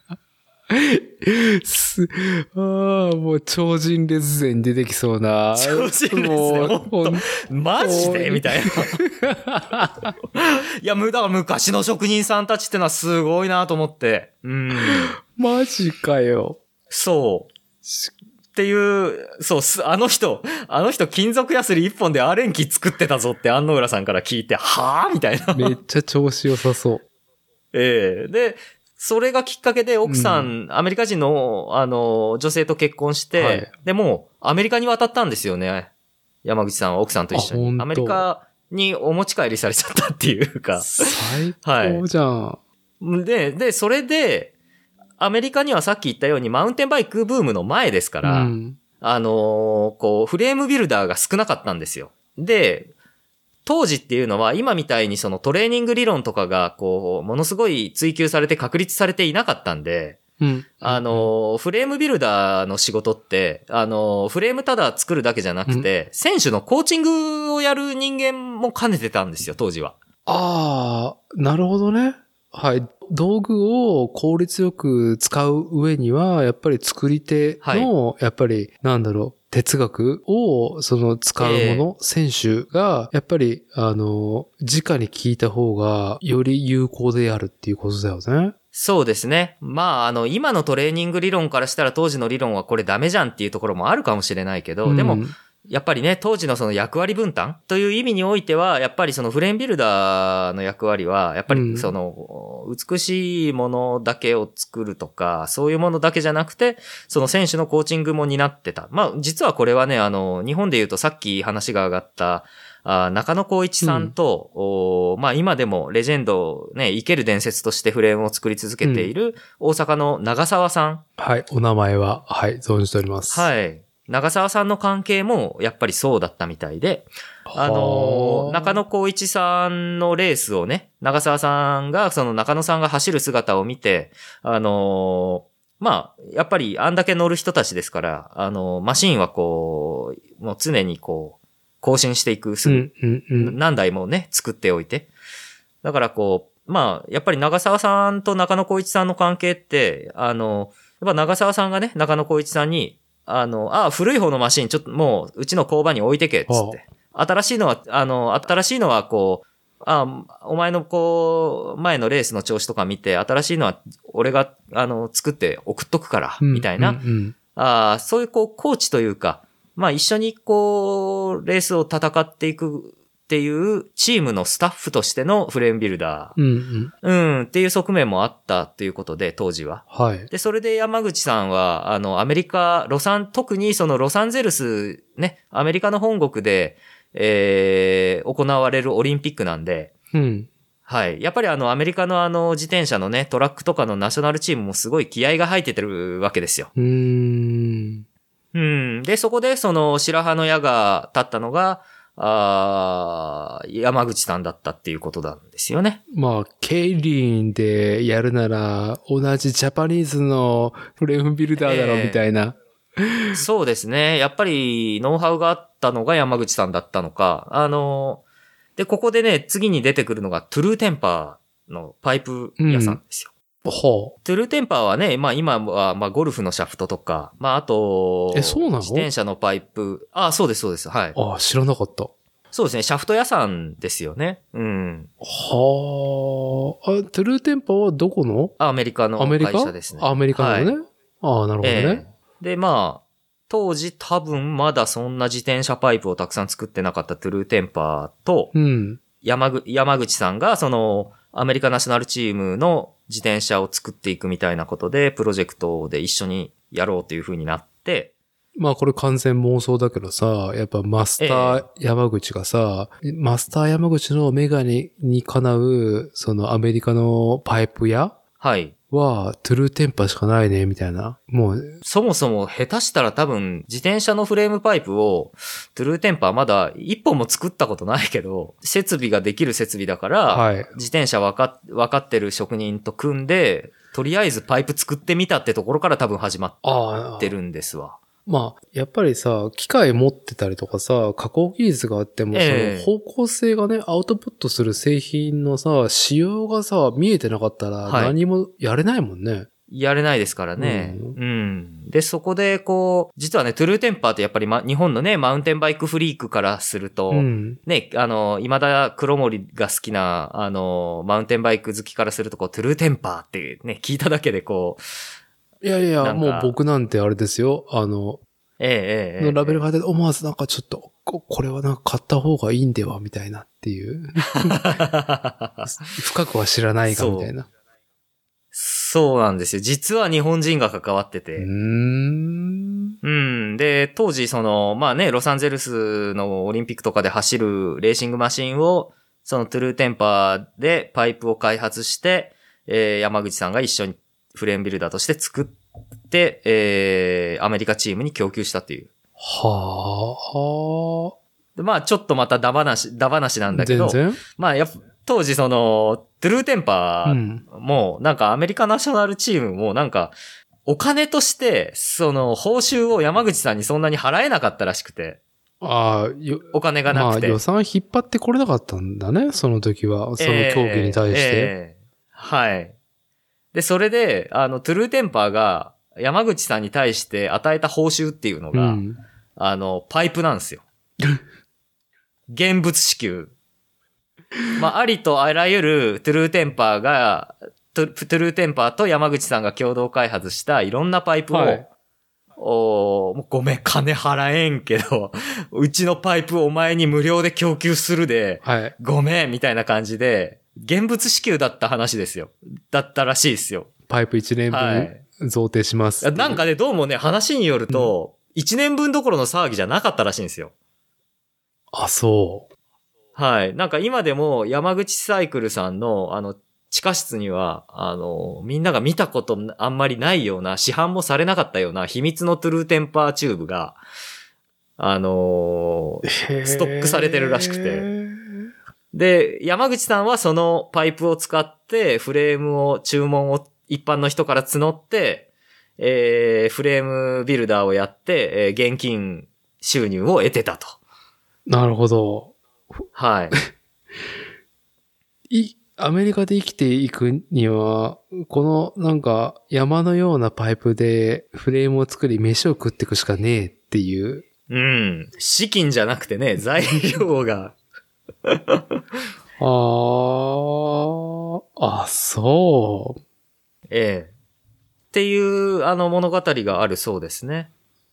Speaker 1: もう超人列伝に出てきそうな。
Speaker 2: 超人列伝マジでみたいな。いや、だから昔の職人さんたちってのはすごいなと思って。
Speaker 1: マジかよ。
Speaker 2: そう。っていう、あの人金属ヤスリ一本でアーレンキー作ってたぞって安野浦さんから聞いて、はぁみたいな。
Speaker 1: めっちゃ調子良さそう。
Speaker 2: で、それがきっかけで奥さん、アメリカ人の、女性と結婚して、で、もうアメリカに渡ったんですよね。山口さんは奥さんと一緒に。アメリカにお持ち帰りされちゃったっていうか。
Speaker 1: 最高じゃん。
Speaker 2: で、それで、 アメリカにはさっき言ったようにマウンテンバイクブームの前ですから、こう、フレームビルダーが少なかったんですよ。で、当時っていうのは今みたいにそのトレーニング理論とかがこう、ものすごい追求されて確立されていなかったんで、フレームビルダーの仕事って、フレームただ作るだけじゃなくて、選手のコーチングをやる人間も兼ねてたんですよ、当時は。
Speaker 1: ああ、なるほどね。はい。道具を効率よく使う上には、やっぱり作り手の、やっぱり、なんだろう、哲学を、使うもの、選手が、やっぱり、直に聞いた方が、より有効であるっていうことだよね。
Speaker 2: そうですね。まあ、今のトレーニング理論からしたら当時の理論はこれダメじゃんっていうところもあるかもしれないけど、でも、やっぱりね、当時のその役割分担という意味においては、やっぱりそのフレームビルダーの役割は、やっぱりその、美しいものだけを作るとか、そういうものだけじゃなくて、その選手のコーチングも担ってた。まあ、実はこれはね、日本で言うとさっき話が上がった、中野光一さんと、まあ今でもレジェンドね、生ける伝説としてフレームを作り続けている大阪の長澤さん。
Speaker 1: はい、お名前は、はい、存じております。
Speaker 2: はい。長澤さんの関係もやっぱりそうだったみたいで、中野光一さんのレースをね、長澤さんが、その中野さんが走る姿を見て、まあ、やっぱりあんだけ乗る人たちですから、マシンはこう、もう常にこう、更新していく、何台もね、作っておいて。だからこう、まあ、やっぱり長澤さんと中野光一さんの関係って、やっぱ長澤さんがね、中野光一さんに、古い方のマシン、ちょっともう、うちの工場に置いてけ、つって。新しいのはこう、お前のこう、前のレースの調子とか見て、新しいのは俺が、作って送っとくから、みたいな。そういうこう、コーチというか、まあ一緒にこう、レースを戦っていくっていうチームのスタッフとしてのフレームビルダー。っていう側面もあったっていうことで、当時は。
Speaker 1: はい。
Speaker 2: で、それで山口さんは、アメリカ、特にそのロサンゼルス、ね、アメリカの本国で、行われるオリンピックなんで、はい。やっぱりアメリカの自転車のね、トラックとかのナショナルチームもすごい気合が入っててるわけですよ。で、そこでその白羽の矢が立ったのが、山口さんだったっていうことなんですよね。
Speaker 1: まあ、ケイリンでやるなら、同じジャパニーズのフレームビルダーだろうみたいな。
Speaker 2: そうですね。やっぱりノウハウがあったのが山口さんだったのか。で、ここでね、次に出てくるのがトゥルーテンパーのパイプ屋さんですよ。トゥルーテンパーはね、まあ今は、まあゴルフのシャフトとか、まああと、
Speaker 1: そうなの？
Speaker 2: 自転車のパイプ。そうです、そうです。はい。
Speaker 1: 知らなかった。
Speaker 2: そうですね、シャフト屋さんですよね。トゥ
Speaker 1: ルーテンパーはどこの？
Speaker 2: アメリカの会社ですね。
Speaker 1: アメリカのね。なるほどね。
Speaker 2: で、まあ、当時多分まだそんな自転車パイプをたくさん作ってなかったトゥルーテンパーと、山口さんがそのアメリカナショナルチームの自転車を作っていくみたいなことで、プロジェクトで一緒にやろうという風になって、
Speaker 1: まあこれ完全妄想だけどさ、やっぱマスター山口がさ、マスター山口のメガネにかなう、そのアメリカのパイプ屋は、トゥルーテンパーしかないね、みたいな。もう。
Speaker 2: そもそも下手したら多分、自転車のフレームパイプを、トゥルーテンパーまだ一本も作ったことないけど、設備ができる設備だから、自転車分かってる職人と組んで、とりあえずパイプ作ってみたってところから多分始まってるんですわ。
Speaker 1: まあ、やっぱりさ、機械持ってたりとかさ、加工技術があっても、その方向性がね、アウトプットする製品のさ、仕様がさ、見えてなかったら何もやれないもんね。
Speaker 2: やれないですからね。で、そこでこう、実はね、トゥルーテンパーってやっぱり日本のね、マウンテンバイクフリークからすると、ね、今田黒森が好きな、マウンテンバイク好きからすると、こう、トゥルーテンパーってね、聞いただけでこう、
Speaker 1: いや、もう僕なんてあれですよ。のラベルが出て、思わずなんかちょっと、これはなんか買った方がいいんではみたいなっていう。深くは知らないかみたいな。
Speaker 2: そうなんですよ。実は日本人が関わってて。で、当時まあね、ロサンゼルスのオリンピックとかで走るレーシングマシンを、そのトゥルーテンパーでパイプを開発して、山口さんが一緒にフレームビルダーとして作って、アメリカチームに供給したっていう。
Speaker 1: はあ。
Speaker 2: でまあちょっとまたダ話なんだけど、
Speaker 1: 全然
Speaker 2: まあ当時その、トゥルーテンパーも、なんかアメリカナショナルチームもなんか、お金として、その、報酬を山口さんにそんなに払えなかったらしくて。
Speaker 1: ああ、
Speaker 2: お金がなくて。
Speaker 1: まあ予算引っ張ってこれなかったんだね、その時は。その競技に対して。
Speaker 2: はい。で、それで、トゥルーテンパーが山口さんに対して与えた報酬っていうのが、パイプなんですよ。現物支給。まあ、ありとあらゆるトゥルーテンパーと山口さんが共同開発したいろんなパイプを、はい、もうごめん、金払えんけど、うちのパイプをお前に無料で供給するで、はい、ごめん、みたいな感じで、現物支給だった話ですよ。だったらしいですよ。
Speaker 1: パイプ1年分贈呈します、
Speaker 2: はい。なんかね、どうもね、話によると、1年分どころの騒ぎじゃなかったらしいんですよ。
Speaker 1: あ、そう。
Speaker 2: はい。なんか今でも山口サイクルさんの地下室には、みんなが見たことあんまりないような、市販もされなかったような秘密のトゥルーテンパーチューブが、ストックされてるらしくて。で、山口さんはそのパイプを使って注文を一般の人から募って、フレームビルダーをやって、現金収入を得てたと。
Speaker 1: なるほど。
Speaker 2: はい。
Speaker 1: アメリカで生きていくには、このなんか山のようなパイプでフレームを作り飯を食っていくしかねえっていう。
Speaker 2: うん。資金じゃなくてね、材料が。
Speaker 1: そう。
Speaker 2: ええ。っていう物語があるそうですね。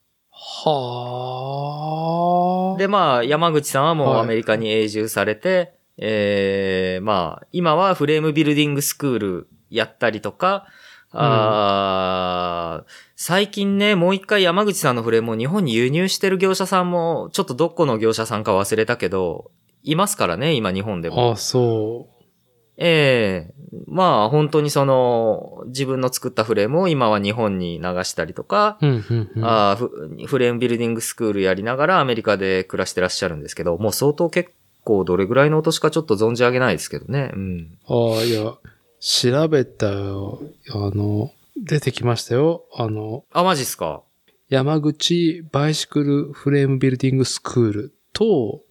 Speaker 1: はあ。
Speaker 2: で、まあ、山口さんはもうアメリカに永住されて、まあ、今はフレームビルディングスクールやったりとか、最近ね、もう一回山口さんのフレームを日本に輸入してる業者さんも、ちょっとどこの業者さんか忘れたけど、いますからね、今日本でも。
Speaker 1: あ、そう。
Speaker 2: まあ本当にその自分の作ったフレームを今は日本に流したりとか、フレームビルディングスクールやりながらアメリカで暮らしてらっしゃるんですけど、もう相当結構どれぐらいのお年かちょっと存じ上げないですけどね。うん。
Speaker 1: いや、調べたよ。出てきましたよ。
Speaker 2: マジっすか？
Speaker 1: 山口バイシクルフレームビルディングスクールと、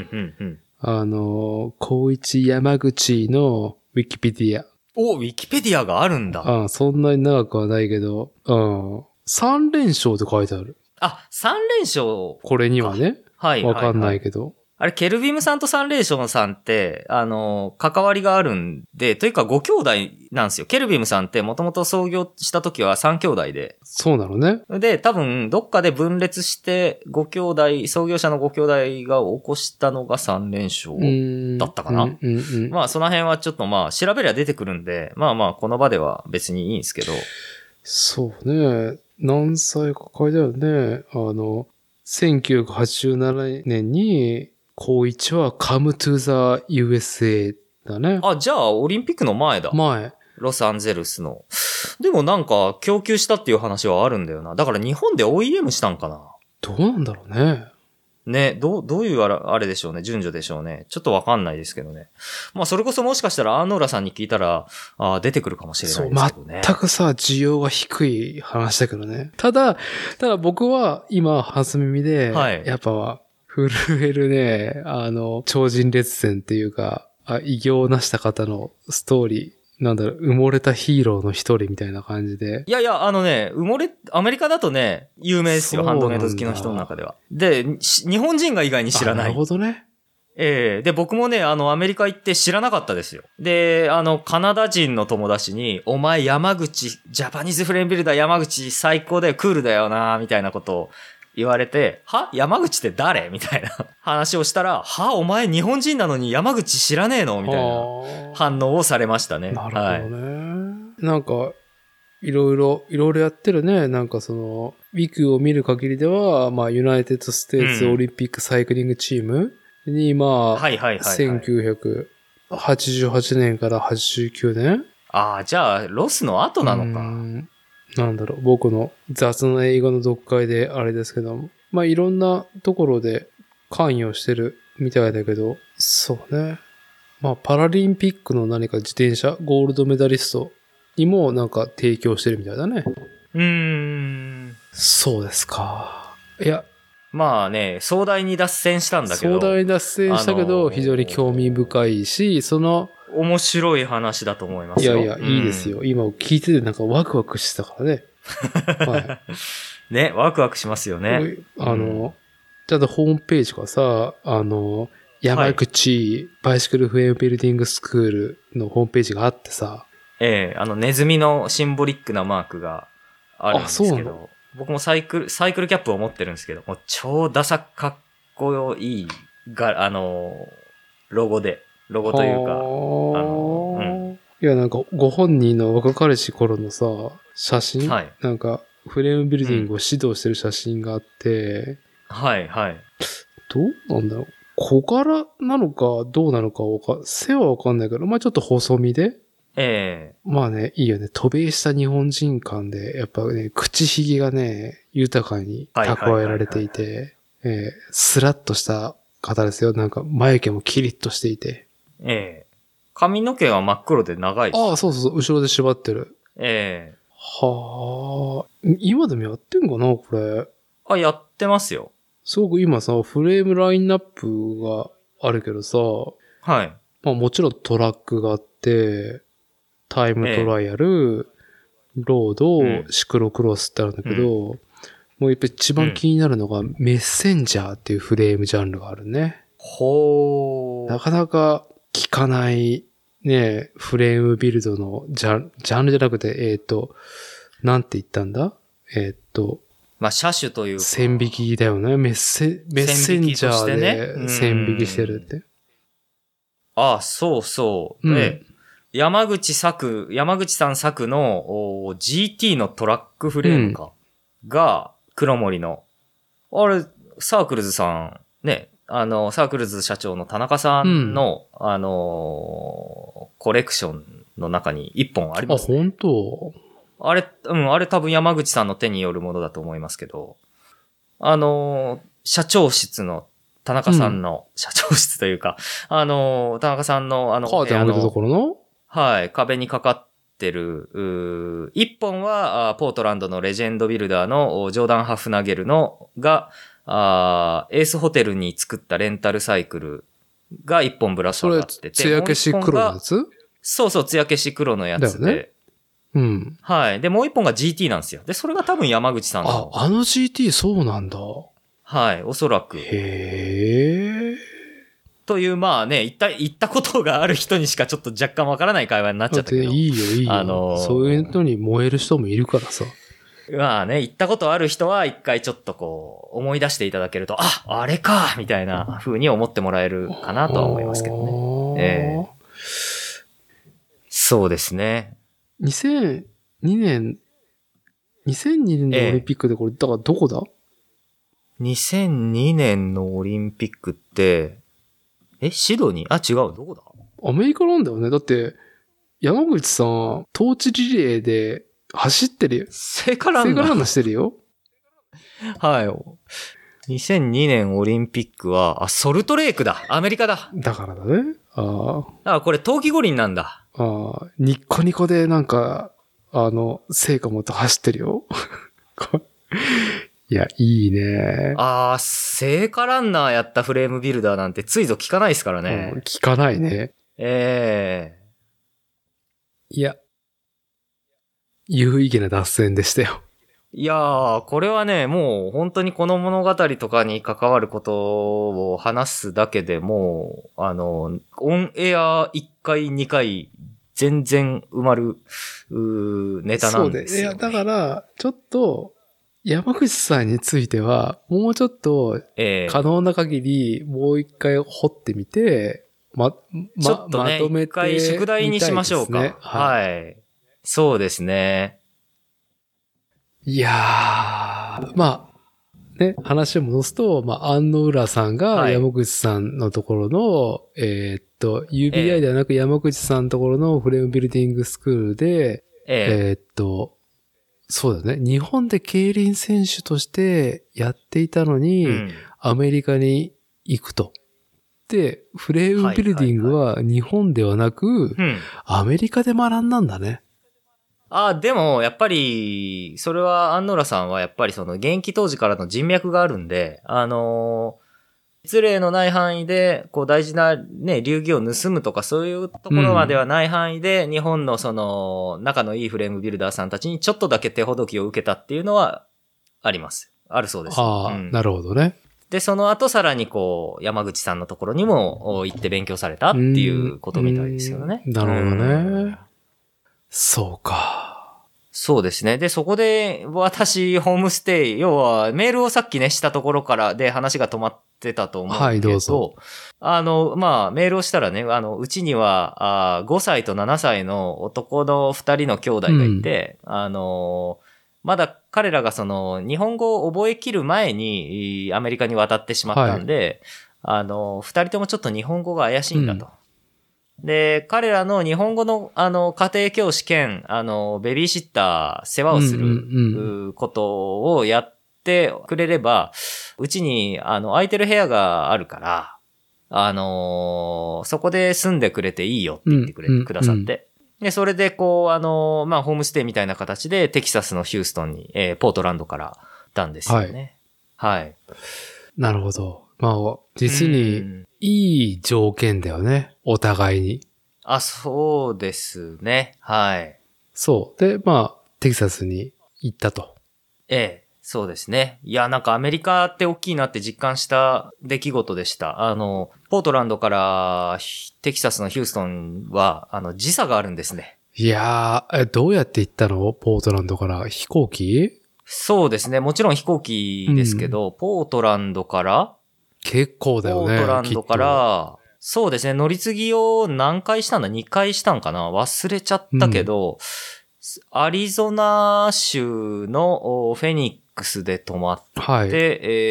Speaker 1: 高一山口のウィキペディア。
Speaker 2: ウィキペディアがあるんだ。
Speaker 1: そんなに長くはないけど、3連勝って書いてある。
Speaker 2: 3連勝。
Speaker 1: これにはね。はい。わかんないけど。
Speaker 2: あれ、ケルビムさんとサンレーションさんって、関わりがあるんで、というかご兄弟なんですよ。ケルビムさんってもともと創業した時は3兄弟で。
Speaker 1: そうなのね。
Speaker 2: で、多分、どっかで分裂して、創業者のご兄弟が起こしたのが3連勝だったかな。まあ、その辺はちょっとまあ、調べりゃ出てくるんで、まあまあ、この場では別にいいんですけど。
Speaker 1: そうね。何歳か書いてあるね。1987年に、高一は Come to the USA だね。
Speaker 2: じゃあ、オリンピックの前だ。
Speaker 1: 前。
Speaker 2: ロサンゼルスの。でもなんか、供給したっていう話はあるんだよな。だから日本で OEM したんかな。
Speaker 1: どうなんだろうね。
Speaker 2: ね、どういうあれでしょうね。順序でしょうね。ちょっとわかんないですけどね。まあ、それこそもしかしたらアーノーラさんに聞いたら、出てくるかもしれないですけどね。
Speaker 1: 全くさ、需要が低い話だけどね。ただ僕は今、初耳で、はい、やっぱ、震えるね、超人列戦っていうか、偉業を成した方のストーリー、埋もれたヒーローの一人みたいな感じで。
Speaker 2: いや、アメリカだとね、有名ですよ、ハンドメイド好きの人の中では。で、日本人が意外に知らない。
Speaker 1: なるほどね。
Speaker 2: で、僕もね、アメリカ行って知らなかったですよ。で、カナダ人の友達に、お前山口、ジャパニーズフレームビルダー山口最高だよ、クールだよな、みたいなことを、言われて、山口って誰みたいな話をしたら、お前日本人なのに山口知らねえのみたいな反応をされましたね。
Speaker 1: なるほどね。はい、なんか、いろいろやってるね。なんかその、ウィクを見る限りでは、まあ、ユナイテッドステーツオリンピックサイクリングチームに、1988年から89年
Speaker 2: ああ、じゃあ、ロスの後なのか。
Speaker 1: なんだろう、僕の雑な英語の読解であれですけど、まあいろんなところで関与してるみたいだけど、そうね。まあパラリンピックの何か自転車ゴールドメダリストにもなんか提供してるみたいだね。そうですか。いや。
Speaker 2: まあね、壮大に脱線したんだけど。
Speaker 1: 壮大に脱線したけど、非常に興味深いし、その、
Speaker 2: 面白い話だと思いますよ。
Speaker 1: いやいや、いいですよ。今聞いててなんかワクワクしてたからね。
Speaker 2: はい。ね、ワクワクしますよね。
Speaker 1: ちゃんとホームページがさ、山口バイシクルフレームビルディングスクールのホームページがあってさ。
Speaker 2: ネズミのシンボリックなマークがあるんですけど、僕もサイクルキャップを持ってるんですけど、もう超ダサかっこいいが、ロゴというか、
Speaker 1: いや、なんか、ご本人の若かりし頃のさ、写真、はい、なんか、フレームビルディングを指導してる写真があって、
Speaker 2: はいはい。
Speaker 1: どうなんだろう。小柄なのかどうなのか背はわかんないけど、まあちょっと細身で。まあね、いいよね。渡米した日本人感で、やっぱね、口ひげがね、豊かに蓄えられていて、スラッとした方ですよ。なんか、眉毛もキリッとしていて。
Speaker 2: 髪の毛は真っ黒で長いし。
Speaker 1: ああ、そうそう、後ろで縛ってる。はあ、今でもやってんかな、これ。
Speaker 2: あ、やってますよ。
Speaker 1: すごく今さ、フレームラインナップがあるけどさ、
Speaker 2: はい。
Speaker 1: まあもちろんトラックがあって、タイムトライアル、ロード、シクロクロスってあるんだけど、もうやっぱ一番気になるのが、メッセンジャーっていうフレームジャンルがあるね。なかなか聞かないね、フレームビルドのジャンルじゃなくて、なんて言ったんだ
Speaker 2: まあ、車種というか。
Speaker 1: 線引きだよね。メッセンジャーで線引きしてるって。
Speaker 2: ああ、そうそう。で、山口さん作の GT のトラックフレームか。が、黒森の。あれ、サークルズさん、ね、サークルズ社長の田中さんの、コレクションの中に一本あります、ね。
Speaker 1: あ、本当？
Speaker 2: あれ多分山口さんの手によるものだと思いますけど、社長室の田中さんの、社長室というか、田中さんの
Speaker 1: カーテン開けたところの？
Speaker 2: はい、壁にかかってる、一本は、ポートランドのレジェンドビルダーのジョーダン・ハフナゲルの、が、エースホテルに作ったレンタルサイクルが一本ぶら下がってて。
Speaker 1: それ、艶消し黒のやつ？
Speaker 2: そうそう、艶消し黒のやつで。
Speaker 1: だよね。うん。
Speaker 2: はい。で、もう一本が GT なんですよ。で、それが多分山口さんの。
Speaker 1: あの GT そうなんだ。
Speaker 2: はい、おそらく。
Speaker 1: へー。
Speaker 2: という、まあね、言ったことがある人にしかちょっと若干わからない会話になっちゃったけど。
Speaker 1: いいよ。そういうのに燃える人もいるからさ。
Speaker 2: まあね、言ったことある人は一回ちょっとこう、思い出していただけると、あれかみたいな風に思ってもらえるかなとは思いますけどね。そうですね。
Speaker 1: 2002年のオリンピックでこれ、だからどこだ？
Speaker 2: 2002 年のオリンピックって、シドニー？違う、どこだ？
Speaker 1: アメリカなんだよね。だって、山口さん、トーチリレーで走ってるよ。
Speaker 2: 聖火ランナ
Speaker 1: してるよ。
Speaker 2: はい。2002年オリンピックは、ソルトレークだ。アメリカだ。
Speaker 1: だからだね。
Speaker 2: だからこれ冬季五輪なんだ。
Speaker 1: ニッコニコでなんか、聖火持って走ってるよ。いや、いいね。
Speaker 2: 聖火ランナーやったフレームビルダーなんてついぞ聞かないですからね。
Speaker 1: 聞かないね。いや、有意義な脱線でしたよ。
Speaker 2: いやー、これはね、もう本当にこの物語とかに関わることを話すだけでもう、オンエア1回2回全然埋まる、ネタなんですよ、ね。
Speaker 1: そうで、いや、だから、ちょっと、山口さんについては、もうちょっと、可能な限り、もう一回掘ってみて、
Speaker 2: ちょっとね、
Speaker 1: まとめて、
Speaker 2: 一回宿題にしましょうか。はい。そうですね。
Speaker 1: いやー、まあ、 ね、話を戻すと、まあ、安野浦さんが山口さんのところの、UBI ではなく山口さんのところのフレームビルディングスクールで、そうだね。日本で競輪選手としてやっていたのに、アメリカに行くと。で、フレームビルディングは日本ではなく、アメリカで学んだんだね。
Speaker 2: でも、やっぱり、それは、安野浦さんはやっぱりその現役当時からの人脈があるんで、失礼のない範囲で、こう大事なね、流儀を盗むとかそういうところまではない範囲で、日本のその、仲のいいフレームビルダーさんたちにちょっとだけ手ほどきを受けたっていうのは、あります。あるそうです。
Speaker 1: なるほどね。
Speaker 2: で、その後さらにこう、山口さんのところにも行って勉強されたっていうことみたいですよね。
Speaker 1: なるほどね。そうか。
Speaker 2: そうですね。で、そこで私、ホームステイ、要はメールをさっきね、したところからで話が止まってたと思うんですけど、
Speaker 1: はい、どうぞ。
Speaker 2: まあ、メールをしたらね、うちには、5歳と7歳の男の2人の兄弟がいて、まだ彼らがその日本語を覚えきる前にアメリカに渡ってしまったんで、二人ともちょっと日本語が怪しいんだと。で、彼らの日本語の家庭教師兼ベビーシッター世話をすることをやってくれれば、うちに空いてる部屋があるから、そこで住んでくれていいよって言ってくださって。で、それで、こう、まあ、ホームステイみたいな形で、テキサスのヒューストンに、ポートランドから行ったんですよね。はい。
Speaker 1: なるほど。まあ、実に、いい条件だよね。お互いに。
Speaker 2: そうですね。はい。
Speaker 1: そう。で、まあ、テキサスに行ったと。
Speaker 2: そうですね。いや、なんかアメリカって大きいなって実感した出来事でした。ポートランドからテキサスのヒューストンは、時差があるんですね。
Speaker 1: いやー、どうやって行ったの？ポートランドから飛行機？
Speaker 2: そうですね。もちろん飛行機ですけど、ポートランドから
Speaker 1: 結構だよね。
Speaker 2: ポートランドから、そうですね。乗り継ぎを何回したんだ？ 2 回したんかな？忘れちゃったけど、アリゾナ州のフェニックスで泊まって、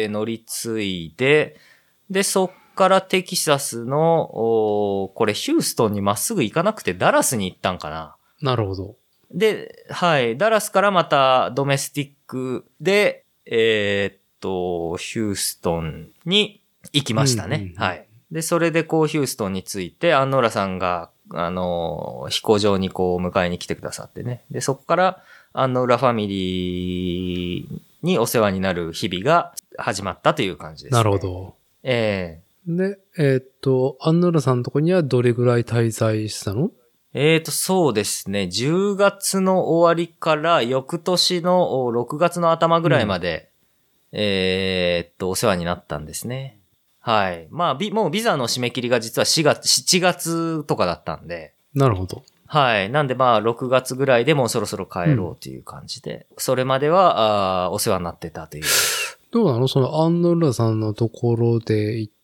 Speaker 2: 乗り継いで、で、そっからテキサスの、これヒューストンにまっすぐ行かなくてダラスに行ったんかな。
Speaker 1: なるほど。
Speaker 2: で、はい、ダラスからまたドメスティックで、ヒューストンに行きましたね。はい。で、それでこうヒューストンに着いて、アンノーラさんが、飛行場にこう迎えに来てくださってね。で、そこから、アンノーラファミリーにお世話になる日々が始まったという感じですね。
Speaker 1: なるほど。で、アンノーラさんのとこにはどれぐらい滞在したの？
Speaker 2: そうですね。10月の終わりから翌年の6月の頭ぐらいまで、お世話になったんですね。はい。まあ、もうビザの締め切りが実は7月とかだったんで。
Speaker 1: なるほど。
Speaker 2: はい。なんでまあ、6月ぐらいでもうそろそろ帰ろうという感じで、それまでは、お世話になってたという。
Speaker 1: どうなの？そのアンノーラさんのところで行って、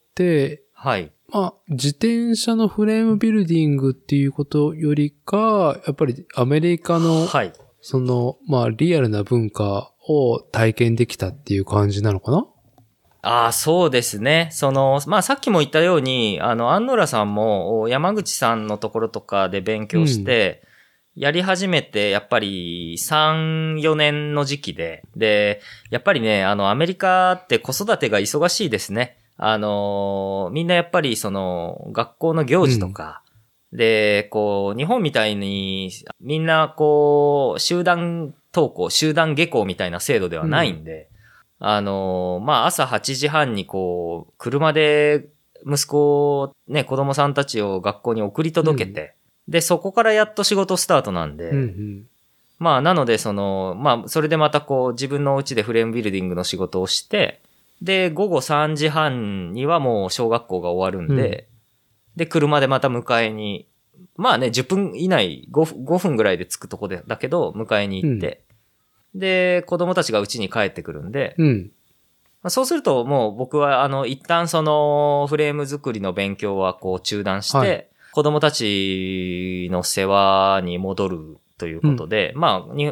Speaker 2: はい。
Speaker 1: まあ、自転車のフレームビルディングっていうことよりか、やっぱりアメリカの、はい。その、まあ、リアルな文化を体験できたっていう感じなのかな？
Speaker 2: そうですね。まあ、さっきも言ったように、アンノーラさんも山口さんのところとかで勉強して、やり始めて、やっぱり3、4年の時期で、やっぱりね、アメリカって子育てが忙しいですね。みんなやっぱり学校の行事とか、で、こう、日本みたいに、みんなこう、集団登校、集団下校みたいな制度ではないんで、まあ、朝8時半にこう、車で息子、ね、子供さんたちを学校に送り届けて、で、そこからやっと仕事スタートなんで、まあ、なのでまあ、それでまたこう、自分の家でフレームビルディングの仕事をして、で、午後3時半にはもう小学校が終わるんで、で、車でまた迎えに、まあね、10分以内、5分ぐらいで着くとこで、だけど、迎えに行って、で、子供たちが家に帰ってくるんで、そうするともう僕は一旦フレーム作りの勉強はこう中断して、子供たちの世話に戻るということで、まあ、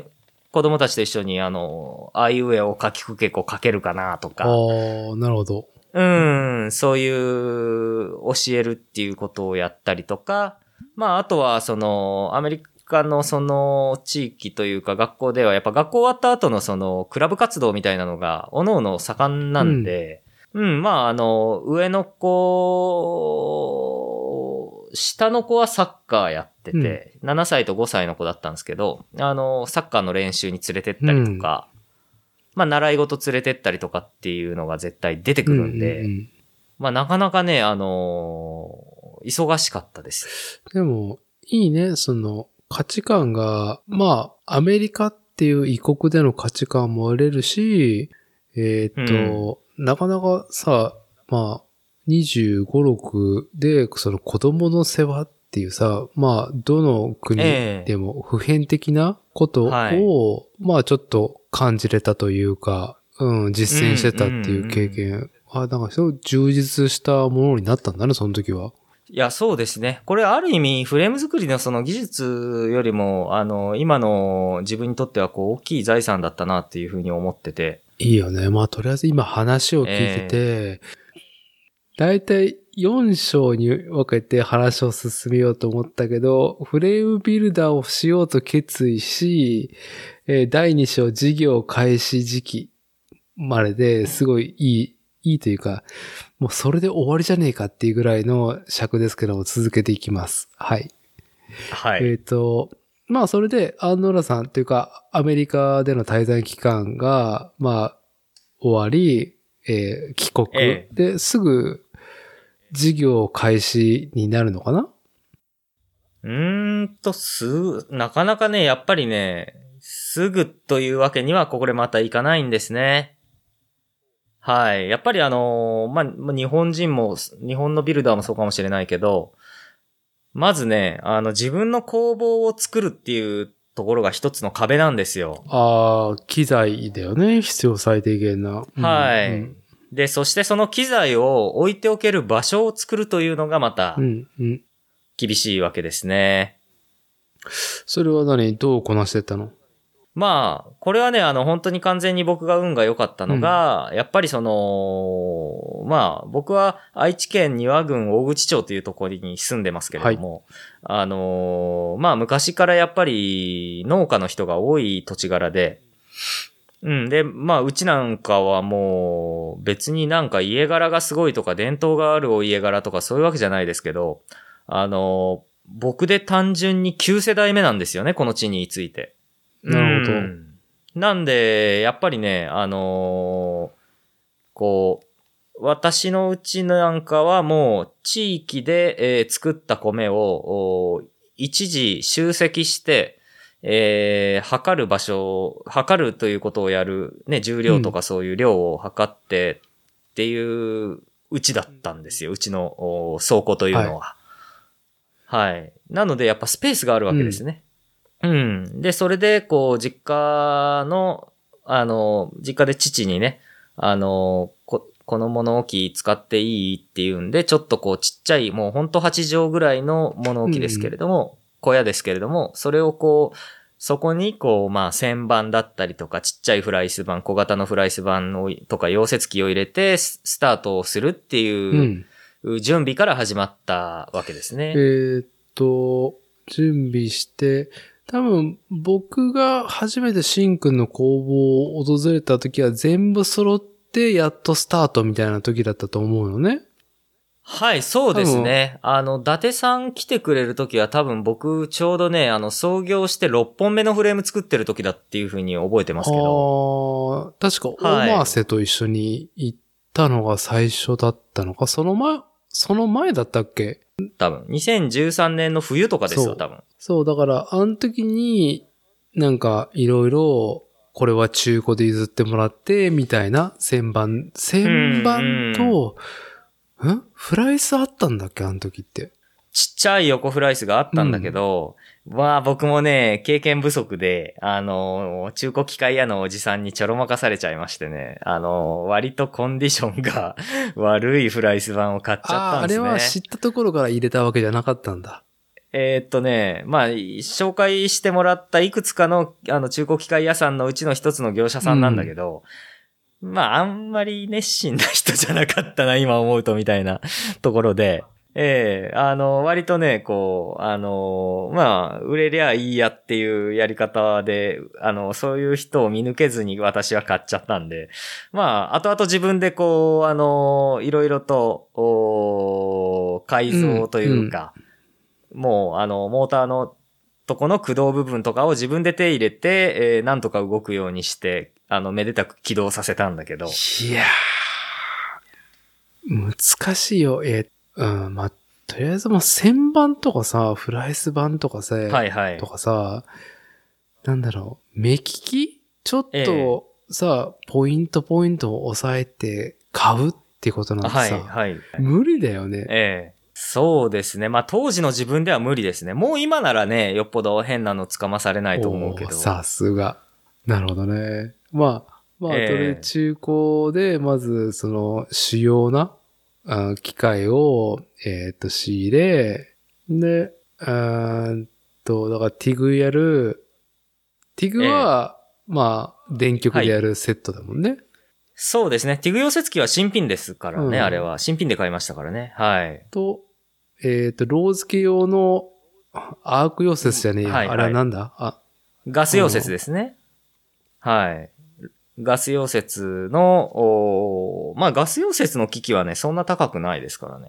Speaker 2: 子供たちと一緒にあいうえを書きくけこ書けるかなとか。
Speaker 1: ああ、なるほど。
Speaker 2: そういう教えるっていうことをやったりとか、まああとはアメリカのその地域というか学校ではやっぱ学校終わった後のそのクラブ活動みたいなのが各々盛んなんで、まあ上の子、下の子はサッカーやってて、7歳と5歳の子だったんですけど、サッカーの練習に連れてったりとか、まあ習い事連れてったりとかっていうのが絶対出てくるんで、まあなかなかね、忙しかったです。
Speaker 1: でも、いいね、その価値観が、まあアメリカっていう異国での価値観も得れるし、なかなかさ、まあ、25、6で、その子供の世話っていうさ、まあ、どの国でも普遍的なことを、まあ、ちょっと感じれたというか、実践してたっていう経験。なんか、そう充実したものになったんだね、その時は。
Speaker 2: いや、そうですね。これある意味、フレーム作りのその技術よりも、今の自分にとってはこう、大きい財産だったなっていうふうに思ってて。
Speaker 1: いいよね。まあ、とりあえず今話を聞いてて、だいたい4章に分けて話を進めようと思ったけど、フレームビルダーをしようと決意し、第2章事業開始時期までですごいいいというか、もうそれで終わりじゃねえかっていうぐらいの尺ですけども続けていきます。はい。
Speaker 2: はい。
Speaker 1: まあそれでアンノーラさんというかアメリカでの滞在期間がまあ終わり、帰国、ですぐ事業開始になるのかな？
Speaker 2: なかなかね、やっぱりね、すぐというわけにはこれまたいかないんですね。はい。やっぱりまあ、日本のビルダーもそうかもしれないけど、まずね、自分の工房を作るっていうところが一つの壁なんですよ。
Speaker 1: 機材だよね。必要最低限な。
Speaker 2: はい。で、そしてその機材を置いておける場所を作るというのがまた、厳しいわけですね。
Speaker 1: それはどうこなしてたの？
Speaker 2: まあ、これはね、本当に完全に僕が運が良かったのが、やっぱりまあ、僕は愛知県丹羽郡大口町というところに住んでますけれども、まあ、昔からやっぱり農家の人が多い土地柄で、で、まあ、うちなんかはもう、別になんか家柄がすごいとか、伝統があるお家柄とかそういうわけじゃないですけど、僕で単純に9世代目なんですよね、この地について。
Speaker 1: なるほど。
Speaker 2: なんで、やっぱりね、私のうちなんかはもう地域で、作った米を一時集積して、測るということをやる、ね、重量とかそういう量を測ってっていううちだったんですよ。うちの倉庫というのは。はい。なので、やっぱスペースがあるわけですね。で、それで、実家で父にね、この物置使っていいっていうんで、ちょっとちっちゃい、もうほんと8畳ぐらいの物置ですけれども、小屋ですけれども、それをそこにまあ、旋盤だったりとか、ちっちゃいフライス板、小型のフライス板とか溶接機を入れて、スタートをするっていう、準備から始まったわけですね。
Speaker 1: 準備して、多分僕が初めてシンくんの工房を訪れた時は全部揃ってやっとスタートみたいな時だったと思うのね。
Speaker 2: はい、そうですね。伊達さん来てくれる時は多分僕ちょうどね、創業して6本目のフレーム作ってる時だっていう風に覚えてますけど。
Speaker 1: 確か大回せと一緒に行ったのが最初だったのか、その前だったっけ？
Speaker 2: 多分。2013年の冬とかですよ、多分。
Speaker 1: そう、だから、あの時に、なんか、いろいろ、これは中古で譲ってもらって、みたいな旋盤と、フライスあったんだっけ、あの時って。
Speaker 2: ちっちゃい横フライスがあったんだけど、まあ僕もね、経験不足で、中古機械屋のおじさんにちょろまかされちゃいましてね、割とコンディションが悪いフライス板を買っちゃったんですね。
Speaker 1: あれは知ったところから入れたわけじゃなかったんだ。
Speaker 2: まあ、紹介してもらったいくつかの、中古機械屋さんのうちの一つの業者さんなんだけど、まあ、あんまり熱心な人じゃなかったな、今思うと、みたいなところで、割とね、こう、まあ、売れりゃいいやっていうやり方で、そういう人を見抜けずに私は買っちゃったんで、まあ、後々自分でこう、いろいろと、改造というか、もう、モーターのとこの駆動部分とかを自分で手入れて、なんとか動くようにして、めでたく起動させたんだけど。
Speaker 1: いやー、難しいよ。まあ、とりあえずもう旋盤とかさ、フライス盤とかさ、
Speaker 2: はいはい、
Speaker 1: とかさ、なんだろう、目利きちょっとさ、ポイントを押さえて買うってことなんてさ、
Speaker 2: はいはい、
Speaker 1: 無理だよね。
Speaker 2: そうですね。まあ当時の自分では無理ですね。もう今ならね、よっぽど変なのつかまされないと思うけど。
Speaker 1: さすが。なるほどね。まあ、それ中古で、まず、その、主要な、機械を、仕入れ、で、だからティグやる、ティグは、まあ、電極でやるセットだもんね。
Speaker 2: そうですね。ティグ溶接機は新品ですからね、あれは。新品で買いましたからね。はい。
Speaker 1: と、ロー付け用のアーク溶接じゃねえや。あれはなんだ？
Speaker 2: ガス溶接ですね。はい。ガス溶接の、まあガス溶接の機器はね、そんな高くないですからね。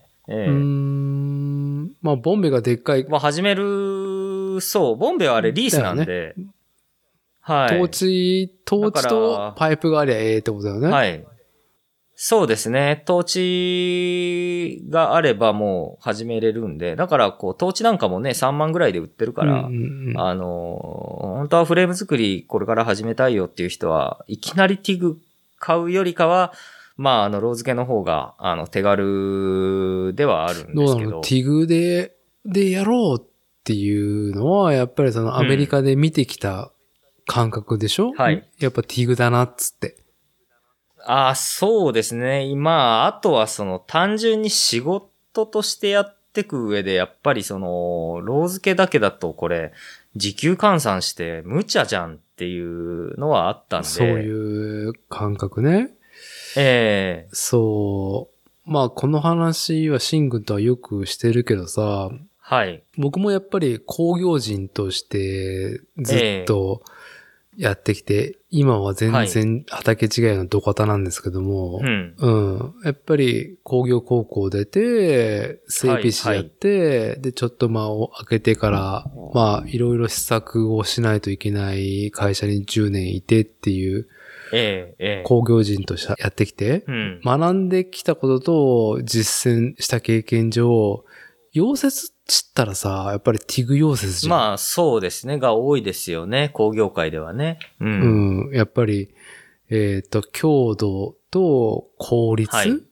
Speaker 1: まあボンベがでっかい。
Speaker 2: まあ始める、そう、ボンベはあれリースなんで。ね、はい。
Speaker 1: トーチとパイプがありゃええってことだよね。
Speaker 2: はい。そうですね。トーチがあればもう始めれるんで、だからこう、トーチなんかもね、3万ぐらいで売ってるから、本当はフレーム作りこれから始めたいよっていう人は、いきなりティグ買うよりかは、まあ、ロー付けの方が、手軽ではあるんですけど。
Speaker 1: ティグでやろうっていうのは、やっぱりそのアメリカで見てきた感覚でしょ？
Speaker 2: はい。
Speaker 1: やっぱティグだなっつって。
Speaker 2: そうですね。今、あとはその単純に仕事としてやってく上で、やっぱりその、ロー付けだけだとこれ、時給換算して無茶じゃんっていうのはあったんで。
Speaker 1: そういう感覚ね。そう。まあ、この話はシン君とはよくしてるけどさ。
Speaker 2: はい。
Speaker 1: 僕もやっぱり工業人としてずっと、やってきて、今は全然畑違いの土方なんですけども、やっぱり工業高校出て、整備士やって、で、ちょっと間を空けてから、まあ、いろいろ施策をしないといけない会社に10年いてっていう、工業人としてやってきて、学んできたことと実践した経験上、溶接つったらさ、やっぱりティグ溶接じゃん。
Speaker 2: まあそうですね、が多いですよね、工業界ではね。
Speaker 1: やっぱり、強度と効率、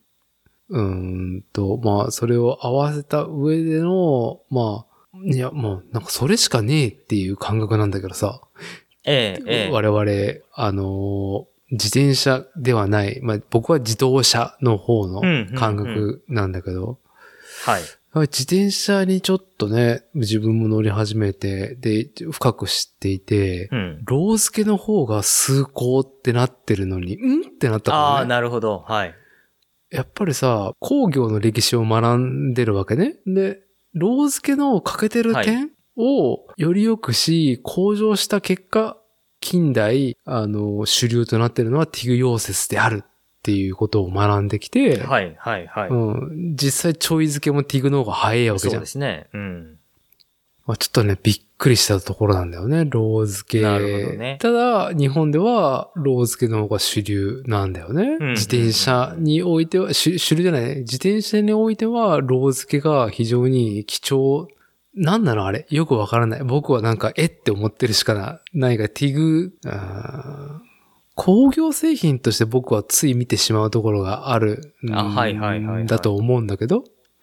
Speaker 1: まあそれを合わせた上での、まあ、いや、もうなんかそれしかねえっていう感覚なんだけどさ。我々、自転車ではない、まあ僕は自動車の方の感覚なんだけど、
Speaker 2: はい。
Speaker 1: 自転車にちょっとね、自分も乗り始めて、で、深く知っていて、ロー付けの方が崇高ってなってるのに、ってなったからね。
Speaker 2: なるほど。はい。
Speaker 1: やっぱりさ、工業の歴史を学んでるわけね。で、ロー付けの欠けてる点をより良くし、向上した結果、近代、主流となっているのはティグ溶接であるっていうことを学んできて、実際ちょい付けもティグの方が早いわけじゃん。
Speaker 2: そうですね。
Speaker 1: まあ、ちょっとね、びっくりしたところなんだよね、ロー付け。
Speaker 2: なるほどね。
Speaker 1: ただ、日本ではロー付けの方が主流なんだよね。自転車においては、主流じゃないね。自転車においては、ロー付けが非常に貴重。なんなのあれよくわからない。僕はなんか、って思ってるしかないが、ティグ、工業製品として僕はつい見てしまうところがあるだと思うんだけど。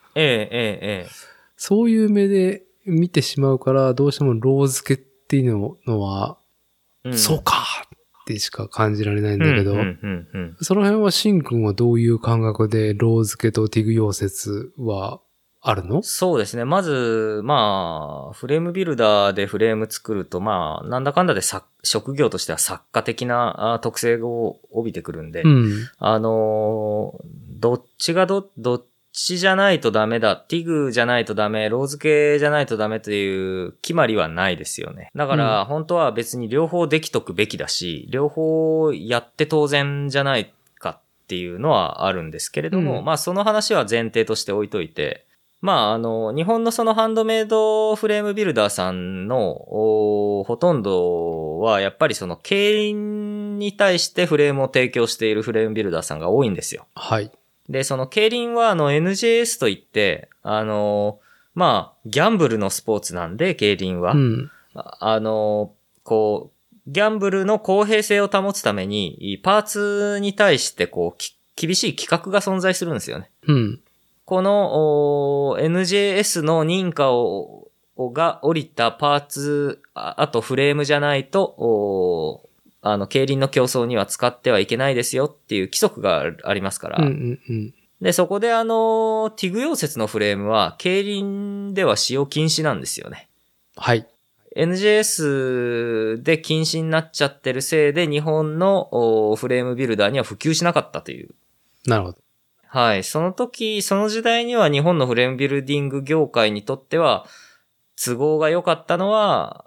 Speaker 1: そういう目で見てしまうから、どうしてもロー付けっていうのは、そうかってしか感じられないんだけど、その辺はシン君はどういう感覚でロー付けとティグ溶接はあるの？
Speaker 2: そうですね。まず、まあ、フレームビルダーでフレーム作ると、まあ、なんだかんだで職業としては作家的な特性を帯びてくるんで、
Speaker 1: うん。
Speaker 2: どっちじゃないとダメだ、ティグじゃないとダメ、ロー付けじゃないとダメという決まりはないですよね。だから、本当は別に両方できとくべきだし、両方やって当然じゃないかっていうのはあるんですけれども、まあその話は前提として置いといて、まあ日本のそのハンドメイドフレームビルダーさんのほとんどはやっぱりその競輪に対してフレームを提供しているフレームビルダーさんが多いんですよ。
Speaker 1: はい。
Speaker 2: で、その競輪はNJS といって、まあ、ギャンブルのスポーツなんで、競輪は。こう、ギャンブルの公平性を保つために、パーツに対してこう、厳しい規格が存在するんですよね。
Speaker 1: うん。
Speaker 2: この NJS の認可が降りたパーツ、あとフレームじゃないと、競輪の競争には使ってはいけないですよっていう規則がありますから。で、そこでティグ溶接のフレームは、競輪では使用禁止なんですよね。
Speaker 1: はい。
Speaker 2: NJS で禁止になっちゃってるせいで、日本のフレームビルダーには普及しなかったという。
Speaker 1: なるほど。
Speaker 2: はい。その時代には日本のフレームビルディング業界にとっては、都合が良かったのは、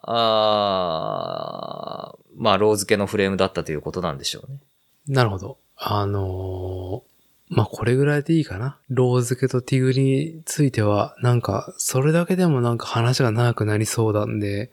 Speaker 2: まあ、ロー付けのフレームだったということなんでしょうね。
Speaker 1: なるほど。まあ、これぐらいでいいかな。ロー付けとティグについては、なんか、それだけでもなんか話が長くなりそうなんで、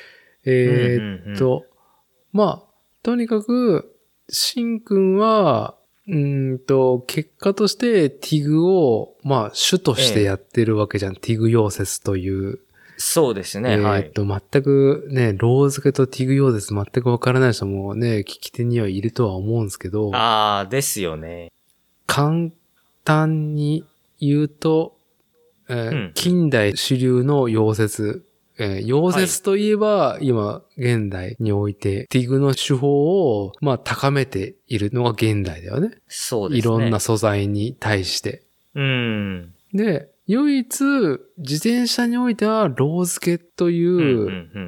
Speaker 1: まあ、とにかく、シンくんは、結果としてティグを、まあ、主としてやってるわけじゃん。ティグ溶接という。
Speaker 2: そうですね。はい。
Speaker 1: 全くね、ロー付けとティグ溶接全くわからない人もね、聞き手にはいるとは思うんですけど。
Speaker 2: ですよね。
Speaker 1: 簡単に言うと、近代主流の溶接。溶接といえば、今、現代において、ティグの手法を、まあ、高めているのが現代だよね。
Speaker 2: そうですね。
Speaker 1: いろんな素材に対して。で、唯一、自転車においては、ロー付けという、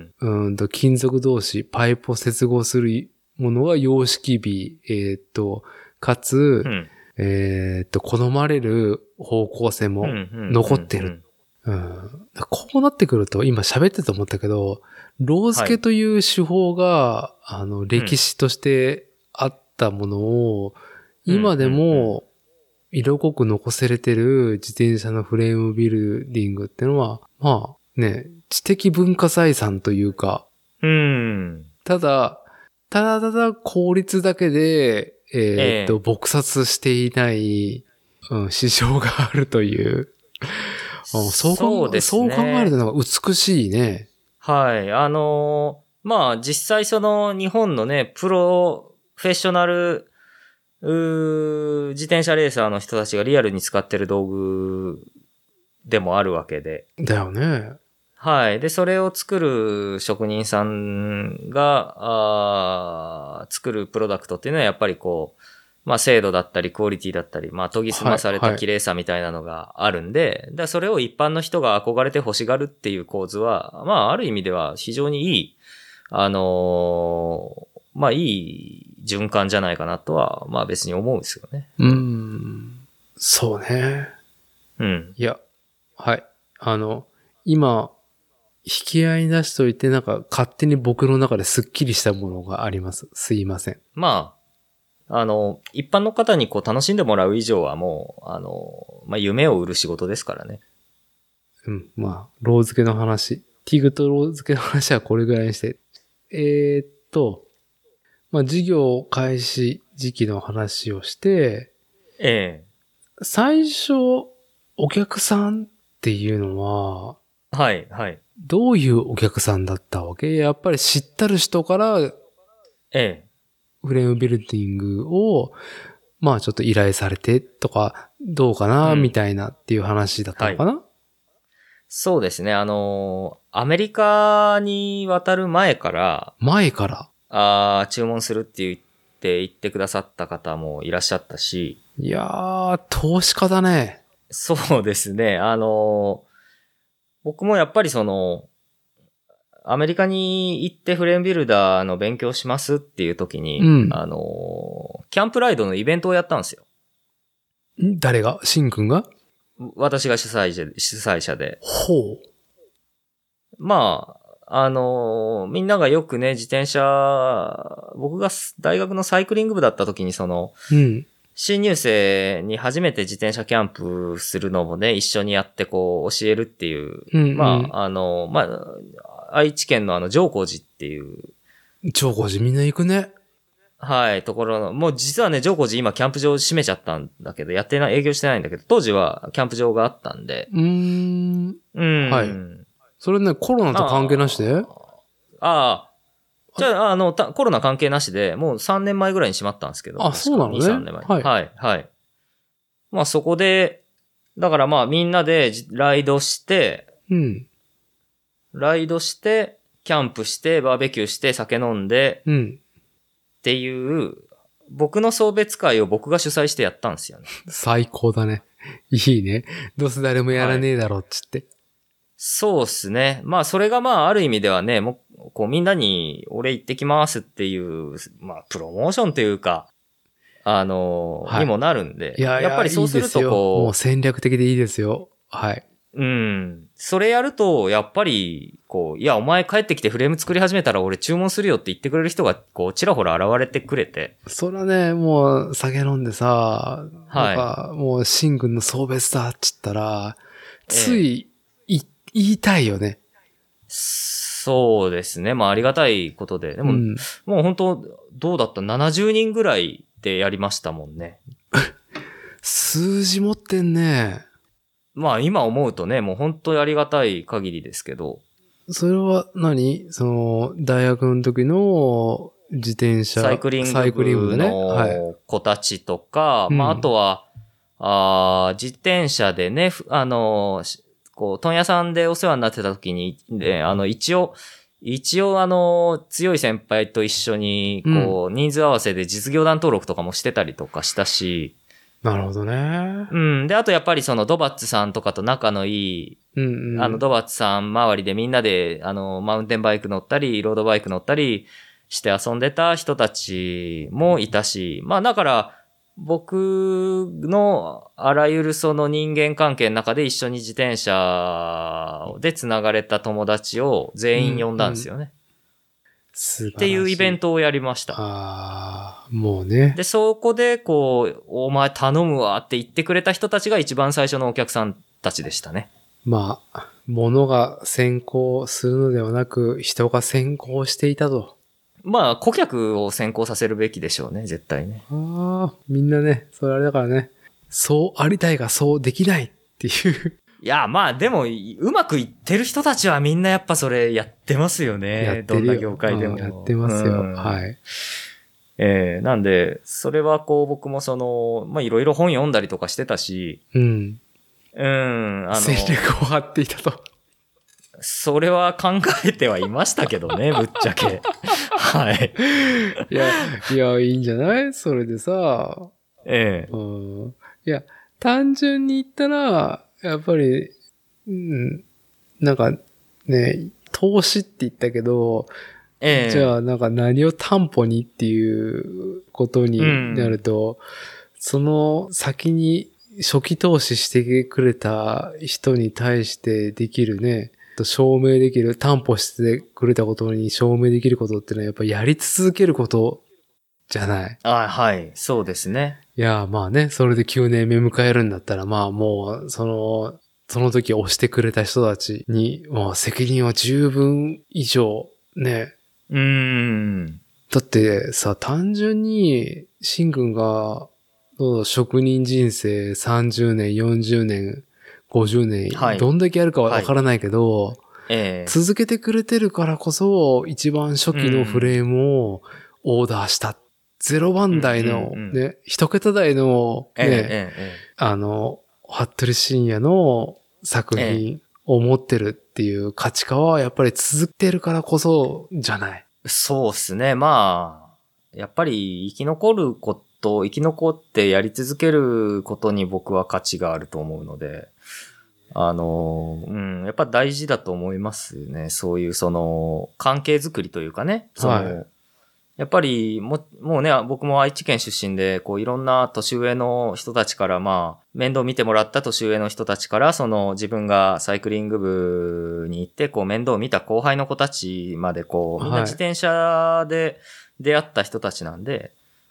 Speaker 1: 金属同士、パイプを接合するものが様式美、かつ、好まれる方向性も残ってる。こうなってくると、今喋ってて思ったけど、ロー付けという手法が、歴史としてあったものを、今でも、色濃く残せれてる自転車のフレームビルディングってのは、まあね、知的文化財産というか、ただ効率だけで、撲殺していない、市場があるという。そう考えるとなんか美しいね。
Speaker 2: はい。まあ実際その日本のね、プロフェッショナル自転車レーサーの人たちがリアルに使ってる道具でもあるわけで。
Speaker 1: だよね。
Speaker 2: はい。で、それを作る職人さんが、作るプロダクトっていうのはやっぱりこう、まあ精度だったりクオリティだったり、まあ研ぎ澄まされた綺麗さみたいなのがあるんで、それを一般の人が憧れて欲しがるっていう構図は、まあある意味では非常にいい、まあいい循環じゃないかなとは、まあ別に思うんですよね。
Speaker 1: そうね。
Speaker 2: い
Speaker 1: や、はい。今、引き合いに出しといて、なんか勝手に僕の中でスッキリしたものがあります。すいません。
Speaker 2: まあ、一般の方にこう楽しんでもらう以上はもう、まあ夢を売る仕事ですからね。
Speaker 1: まあ、ロー付けの話。ティグとロー付けの話はこれぐらいにして。まあ、事業開始時期の話をして、最初、お客さんっていうのは、
Speaker 2: はい、はい。
Speaker 1: どういうお客さんだったわけ？やっぱり知ったる人から、フレームビルディングを、まあちょっと依頼されてとか、どうかな、みたいなっていう話だったのかな？
Speaker 2: そうですね。アメリカに渡る前から、注文するって言ってくださった方もいらっしゃったし。
Speaker 1: いやー、投資家だね。
Speaker 2: そうですね。僕もやっぱりアメリカに行ってフレームビルダーの勉強しますっていう時に、
Speaker 1: うん、
Speaker 2: キャンプライドのイベントをやったんですよ。
Speaker 1: 誰がシンくんが
Speaker 2: 私が主催者で。
Speaker 1: ほう。
Speaker 2: まあ、みんながよくね、自転車、僕が大学のサイクリング部だった時に
Speaker 1: うん、
Speaker 2: 新入生に初めて自転車キャンプするのもね、一緒にやってこう教えるっていう、
Speaker 1: うんうん、
Speaker 2: まあ、愛知県の上光寺っていう、
Speaker 1: 長光寺みんな行くね。
Speaker 2: はい、ところの、もう実はね、上光寺今キャンプ場閉めちゃったんだけど、営業してないんだけど、当時はキャンプ場があったんで。
Speaker 1: はい。それね、コロナと関係なしで？
Speaker 2: じゃあ、コロナ関係なしで、もう3年前ぐらいに閉まったんですけど。
Speaker 1: あ、そうなのね。
Speaker 2: 2、3年前。はい、はい。まあそこで、だからまあみんなでライドして、
Speaker 1: うん。
Speaker 2: ライドして、キャンプして、バーベキューして、酒飲んで、
Speaker 1: うん。
Speaker 2: っていう、僕の送別会を僕が主催してやったんですよね。
Speaker 1: 最高だね。いいね。どうせ誰もやらねえだろうっつって。
Speaker 2: そうっすね。まあそれがまあある意味ではね、もうこうみんなに俺行ってきますっていう、まあプロモーションというか、にもなるんで。やっぱりそうするとこう。
Speaker 1: もう戦略的でいいですよ。はい。
Speaker 2: うん。それやると、やっぱり、こう、いや、お前帰ってきてフレーム作り始めたら俺注文するよって言ってくれる人が、こう、ちらほら現れてくれて。
Speaker 1: そらね、もう酒飲んでさ、なんか、もうシンくんの送別だっつったら、つい、言いたいよね。
Speaker 2: そうですね。まあありがたいことで。でも、もう本当どうだった ?70 人ぐらいでやりましたもんね。
Speaker 1: 数字持ってんね。
Speaker 2: まあ今思うとね、もう本当にありがたい限りですけど。
Speaker 1: それは何大学の時の自転車、
Speaker 2: サイクリングの子たちとか、まああとは、自転車でね、こう、問屋さんでお世話になってた時に、一応強い先輩と一緒に、こう、人数合わせで実業団登録とかもしてたりとかしたし。
Speaker 1: なるほどね。
Speaker 2: うん。で、あとやっぱりドバッツさんとかと仲のいい、ドバッツさん周りでみんなで、マウンテンバイク乗ったり、ロードバイク乗ったりして遊んでた人たちもいたし、まあだから、僕のあらゆるその人間関係の中で一緒に自転車で繋がれた友達を全員呼んだんですよね。っていうイベントをやりました。
Speaker 1: ああ、もうね。
Speaker 2: で、そこでこう、お前頼むわって言ってくれた人たちが一番最初のお客さんたちでしたね。
Speaker 1: まあ、物が先行するのではなく、人が先行していたと。
Speaker 2: まあ、顧客を先行させるべきでしょうね、絶対ね。
Speaker 1: ああ、みんなね、それあれだからね、そうありたいがそうできないっていう。
Speaker 2: いや、まあでも、うまくいってる人たちはみんなやっぱそれやってますよね。やってるよ。どんな業界でも。
Speaker 1: やってますよ。はい。
Speaker 2: なんで、それはこう僕もまあいろいろ本読んだりとかしてたし、戦
Speaker 1: 略を張っていたと。
Speaker 2: それは考えてはいましたけどね、ぶっちゃけ。はい。
Speaker 1: いや、いいんじゃないそれでさ。いや、単純に言ったら、やっぱり、なんかね、投資って言ったけど、じゃあなんか何を担保にっていうことになると、その先に初期投資してくれた人に対してできるね、証明できる、担保してくれたことに証明できることってのはやっぱやり続けることじゃない。
Speaker 2: はい。そうですね。
Speaker 1: いや、まあね、それで9年目迎えるんだったら、まあもう、その時押してくれた人たちに、まあ責任は十分以上、ね。だってさ、単純に、シン君が、職人人生30年、40年、50年、どんだけやるかはわからないけど、続けてくれてるからこそ、一番初期のフレームをオーダーした。0番台のね、1桁台のね、服部深夜の作品を持ってるっていう価値観はやっぱり続けてるからこそじゃない。
Speaker 2: そうっすね。まあ、やっぱり生き残ること生き残ってやり続けることに僕は価値があると思うので、やっぱ大事だと思いますね。そういう関係づくりというかね。やっぱりもうね、僕も愛知県出身で、いろんな年上の人たちから、面倒見てもらった年上の人たちから、自分がサイクリング部に行って、面倒を見た後輩の子たちまで、みんな自転車で出会った人たちなんで、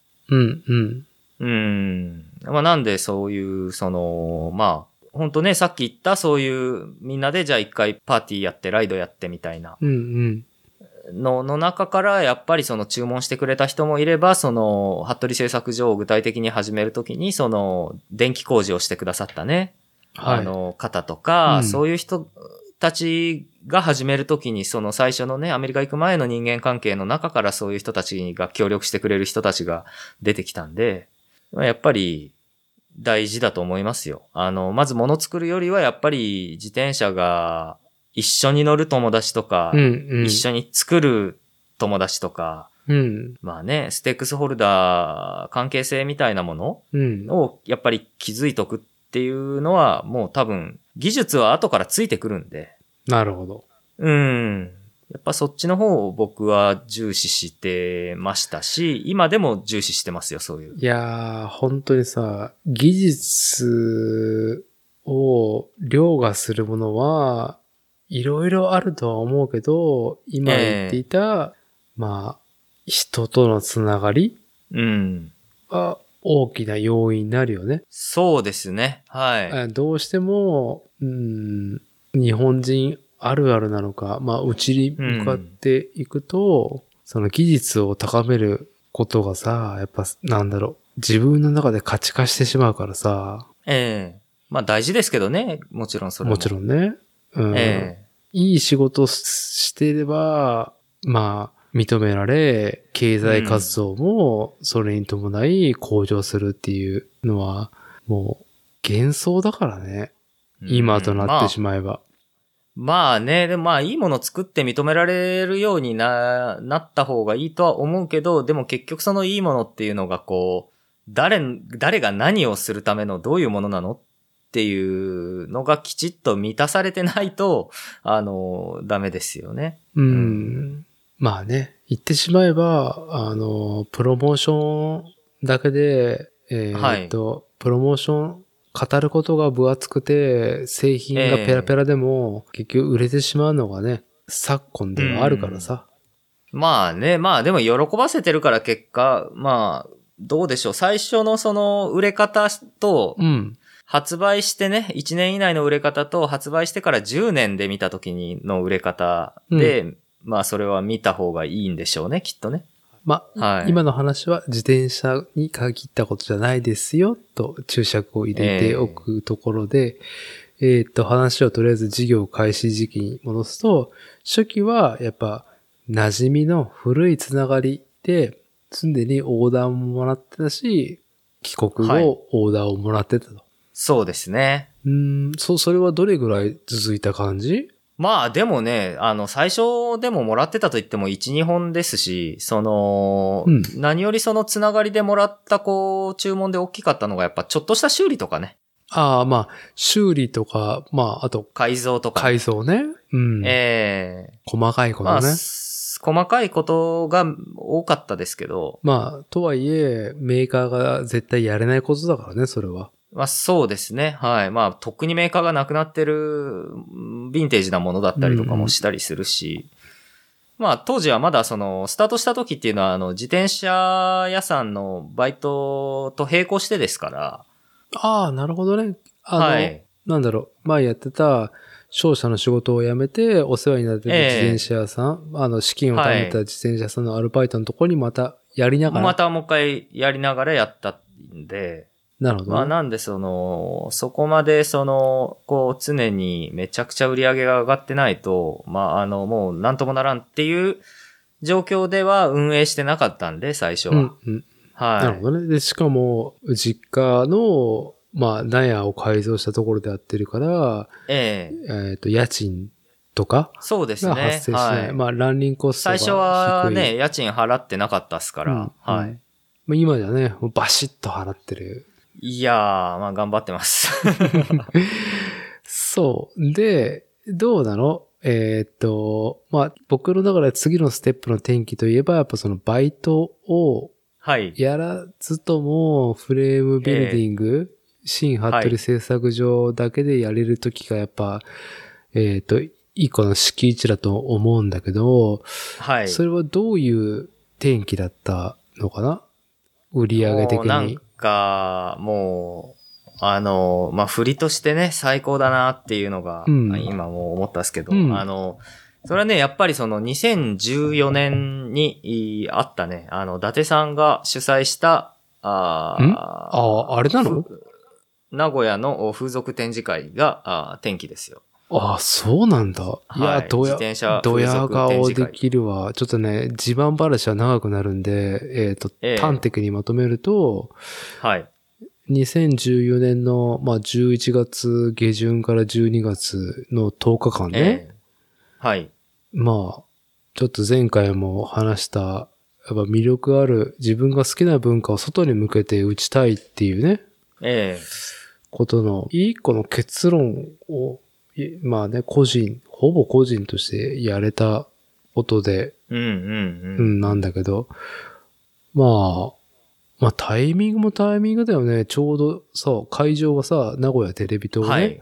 Speaker 2: なんでそういう、本当ね、さっき言ったそういうみんなでじゃあ一回パーティーやってライドやってみたいなの中からやっぱり注文してくれた人もいれば、服部製作所を具体的に始めるときに電気工事をしてくださったね、方とか、そういう人たちが始めるときに最初のね、アメリカ行く前の人間関係の中からそういう人たちが協力してくれる人たちが出てきたんで、やっぱり大事だと思いますよ。まず物作るよりはやっぱり自転車が一緒に乗る友達とか、一緒に作る友達とか、ステークスホルダー関係性みたいなものをやっぱり気づいとくっていうのはもう多分技術は後からついてくるんで。
Speaker 1: なるほど。
Speaker 2: やっぱそっちの方を僕は重視してましたし、今でも重視してますよ、そういう。
Speaker 1: いやー、本当にさ、技術を凌駕するものはいろいろあるとは思うけど、今言っていた、人とのつながりが大きな要因になるよね。
Speaker 2: そうですね。はい。
Speaker 1: どうしても、日本人あるあるなのか、うちに向かっていくと、その技術を高めることがさ、やっぱ自分の中で価値化してしまうからさ。
Speaker 2: 大事ですけどね、もちろんそれも。
Speaker 1: もちろんね。いい仕事していれば、認められ、経済活動もそれに伴い向上するっていうのは、もう幻想だからね。今となってしまえば。
Speaker 2: でもいいもの作って認められるようになった方がいいとは思うけど、でも結局そのいいものっていうのが誰が何をするためのどういうものなのっていうのがきちっと満たされてないと、ダメですよね。
Speaker 1: 言ってしまえば、プロモーションだけで、プロモーション語ることが分厚くて、製品がペラペラでも、結局売れてしまうのがね、昨今ではあるからさ。
Speaker 2: でも喜ばせてるから結果、どうでしょう。最初の売れ方と、発売してね、1年以内の売れ方と発売してから10年で見た時の売れ方で、それは見た方がいいんでしょうね、きっとね。
Speaker 1: 今の話は自転車に限ったことじゃないですよ、と注釈を入れておくところで、話をとりあえず事業開始時期に戻すと、初期はやっぱ馴染みの古いつながりで、常にオーダーももらってたし、帰国後オーダーをもらってたと。
Speaker 2: そうですね。
Speaker 1: それはどれぐらい続いた感じ？
Speaker 2: でもね、最初でももらってたと言っても1、2本ですし、何よりつながりでもらった注文で大きかったのがやっぱちょっとした修理とかね。
Speaker 1: 修理とか、あと、
Speaker 2: 改造とか、
Speaker 1: 改造ね。細かいことね。
Speaker 2: 細かいことが多かったですけど。
Speaker 1: とはいえ、メーカーが絶対やれないことだからね、それは。
Speaker 2: そうですね。はい。とっくにメーカーがなくなってる、ヴィンテージなものだったりとかもしたりするし。当時はまだスタートした時っていうのは、自転車屋さんのバイトと並行してですから。
Speaker 1: なるほどね。前やってた、商社の仕事を辞めて、お世話になってる自転車屋さん、資金を貯めた自転車屋さんのアルバイトのところにまたやりながら。
Speaker 2: またもう一回やりながらやったんで。
Speaker 1: なるほど、ね。
Speaker 2: なんでそこまで常にめちゃくちゃ売り上げが上がってないと、もうなんともならんっていう状況では運営してなかったんで、最初は。
Speaker 1: なるほどね。で、しかも、実家の、納屋を改造したところでやってるから、家賃とか
Speaker 2: そうですね。
Speaker 1: が発生しない。ランニングコストが低い。
Speaker 2: 最初はね、家賃払ってなかったっすから。
Speaker 1: 今じゃね、もうバシッと払ってる。
Speaker 2: いやー、まあ頑張ってます。
Speaker 1: そう。で、どうなの？まあ、僕の中で次のステップの転機といえば、やっぱそのバイトを、やらずともフレームビルディング、新服部製作所だけでやれるときがやっぱ、一個の敷地だと思うんだけど、
Speaker 2: はい。
Speaker 1: それはどういう転機だったのかな？売り上げ的に。
Speaker 2: なんか、もう、まあ、振りとしてね、最高だなっていうのが、今もう思ったんですけど、それはね、やっぱりその2014年にあったね、伊達さんが主催した、
Speaker 1: あれなの？
Speaker 2: 名古屋の風俗展示会が転機ですよ。
Speaker 1: そうなんだ。いや、
Speaker 2: 自転車
Speaker 1: ドヤ顔できるわ。ちょっとね、自慢話は長くなるんで、端的にまとめると、2014年の、まあ、11月下旬から12月の10日間ね。まあ、ちょっと前回も話した、やっぱ魅力ある自分が好きな文化を外に向けて打ちたいっていうね。ことの、一個の結論を、まあね、ほぼ個人としてやれたことで、なんだけど、まあタイミングもタイミングだよね。ちょうどさ、会場がさ、名古屋テレビ塔ね。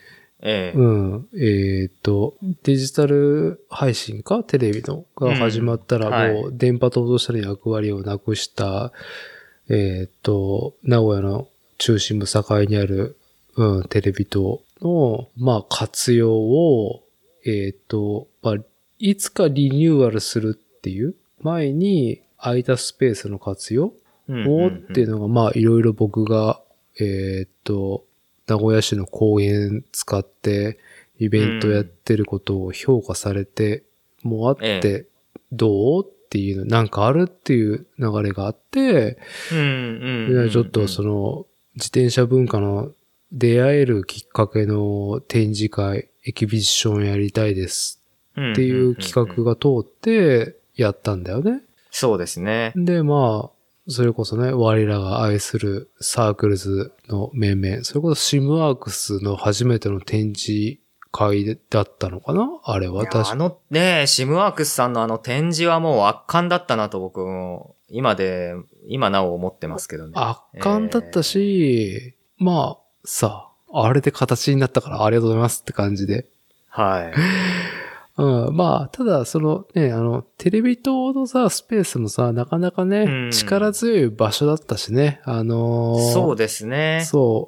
Speaker 1: デジタル配信かテレビのが始まったらもう電波塔としての役割をなくした、名古屋の中心部境にある、テレビ塔の、まあ、活用を、まあ、いつかリニューアルするっていう前に空いたスペースの活用をっていうのが、まあ、いろいろ僕が、名古屋市の公園使ってイベントやってることを評価されてもあって、どうっていうの、なんかあるっていう流れがあって、ちょっとその自転車文化の出会えるきっかけの展示会、エキビションやりたいですっていう企画が通ってやったんだよね。
Speaker 2: そうですね。
Speaker 1: で、まあ、それこそね、我らが愛するサークルズの面々、それこそシムワークスの初めての展示会だったのかな？あれは確か。
Speaker 2: シムワークスさんの展示はもう圧巻だったなと僕も今なお思ってますけどね。
Speaker 1: 圧巻だったし、まあさ、あれで形になったからありがとうございますって感じで。まあ、ただ、そのね、テレビ塔のさ、スペースもさ、なかなかね、力強い場所だったしね。
Speaker 2: そうですね。
Speaker 1: そう。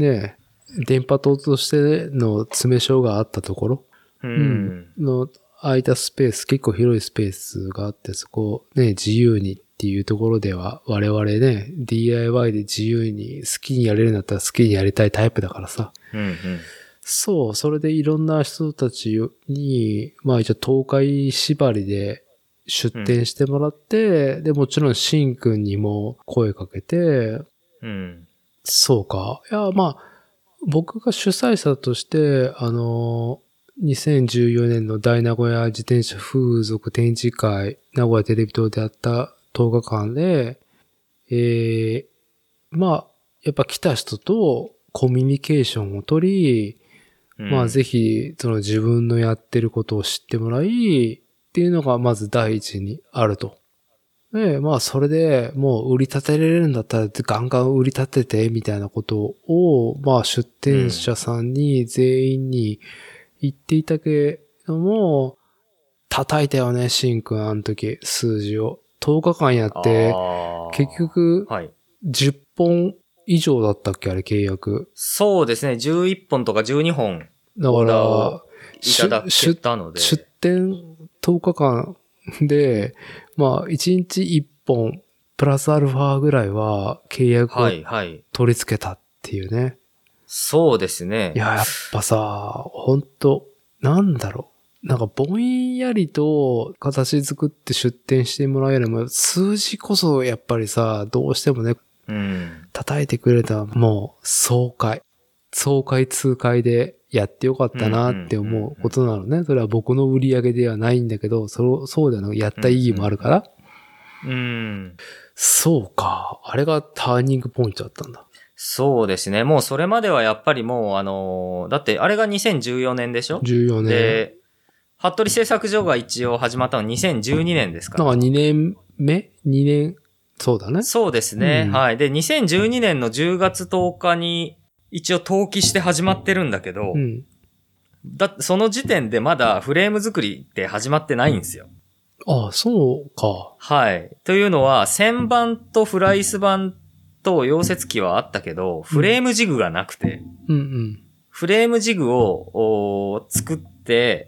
Speaker 1: ね、電波塔としての詰め所があったところ、の空いたスペース、結構広いスペースがあって、そこをね、自由にっていうところでは、我々ね、DIY で自由に好きにやれるんだったら好きにやりたいタイプだからさ。そう、それでいろんな人たちに、まあ一応東海縛りで出展してもらって、で、もちろんシンくんにも声かけて、そうか。いや、まあ、僕が主催者として、2014年の大名古屋自転車風俗展示会、名古屋テレビ塔であった10日間で、まあ、やっぱ来た人とコミュニケーションを取り、まあぜひ、その自分のやってることを知ってもらい、っていうのがまず第一にあると。で、まあそれでもう売り立てられるんだったらガンガン売り立ててみたいなことを、まあ出店者さんに全員に言っていたけども、叩いたよね、シンくんあの時、数字を。10日間やって、結局、10本以上だったっけあれ契約。
Speaker 2: そうですね。11本とか12本。
Speaker 1: だから、
Speaker 2: いただけたので。
Speaker 1: 出店10日間で、まあ、1日1本、プラスアルファぐらいは契約を取り付けたっていうね。
Speaker 2: そうですね。
Speaker 1: いや、やっぱさ、ほんと、なんだろう。なんかぼんやりと形作って出店してもらえるも、数字こそやっぱりさ、どうしてもね、叩いてくれたもう爽快痛快でやってよかったなって思うことなのね。それは僕の売り上げではないんだけど、そうだよな、やった意義もあるから。 そうか。あれがターニングポイントだったんだ。
Speaker 2: そうですね。もうそれまではやっぱりもうだってあれが2014年でしょ
Speaker 1: ?14 年。
Speaker 2: で、服部製作所が一応始まったのは2012年ですから。
Speaker 1: なんか2年目 ?2 年、そうだね。
Speaker 2: そうですね。はい。で、2012年の10月10日に一応登記して始まってるんだけど、その時点でまだフレーム作りって始まってないんですよ。
Speaker 1: ああ、そうか。
Speaker 2: はい。というのは、旋盤とフライス板と溶接機はあったけど、フレームジグがなくて、フレームジグを作って、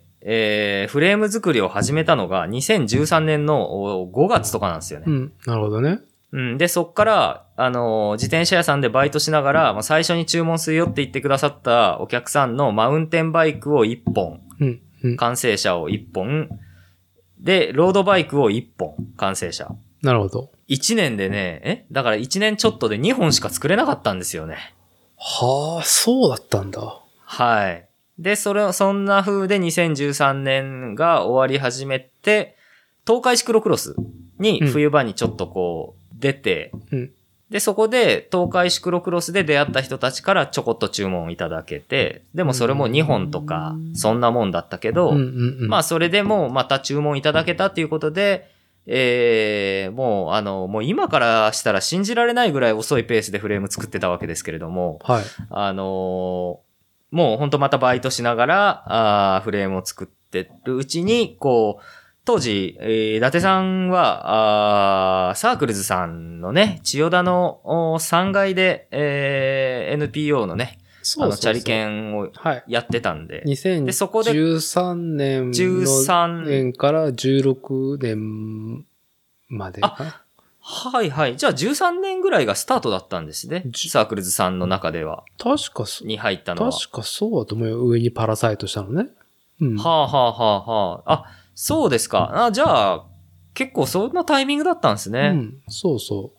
Speaker 2: フレーム作りを始めたのが2013年の5月とかなんですよね。
Speaker 1: なるほどね。
Speaker 2: で、そっから、自転車屋さんでバイトしながら、最初に注文するよって言ってくださったお客さんのマウンテンバイクを1本、完成車を1本、で、ロードバイクを1本、完成車。
Speaker 1: なるほど。
Speaker 2: 1年でね、だから1年ちょっとで2本しか作れなかったんですよね。
Speaker 1: はあ、そうだったんだ。
Speaker 2: はい。で、そんな風で2013年が終わり始めて、東海シクロクロスに冬場にちょっとこう出て、で、そこで東海シクロクロスで出会った人たちからちょこっと注文いただけて、でもそれも2本とか、そんなもんだったけど、まあそれでもまた注文いただけたっていうことで、もう今からしたら信じられないぐらい遅いペースでフレーム作ってたわけですけれども、
Speaker 1: はい。
Speaker 2: もう本当またバイトしながら、フレームを作ってるうちに、こう、当時、伊達さんは、サークルズさんのね、千代田の3階で、NPO のね、チャリ券をやってたんで。
Speaker 1: で、そこで13年の年から16年までか。
Speaker 2: はいはい。じゃあ13年ぐらいがスタートだったんですね。サークルズさんの中では。
Speaker 1: 確か
Speaker 2: に入ったのは。
Speaker 1: 確かそうだと思うよ。上にパラサイトしたのね。
Speaker 2: はあはあはあはあ。あ、そうですか。じゃあ、結構そんなタイミングだったんですね。
Speaker 1: そうそう。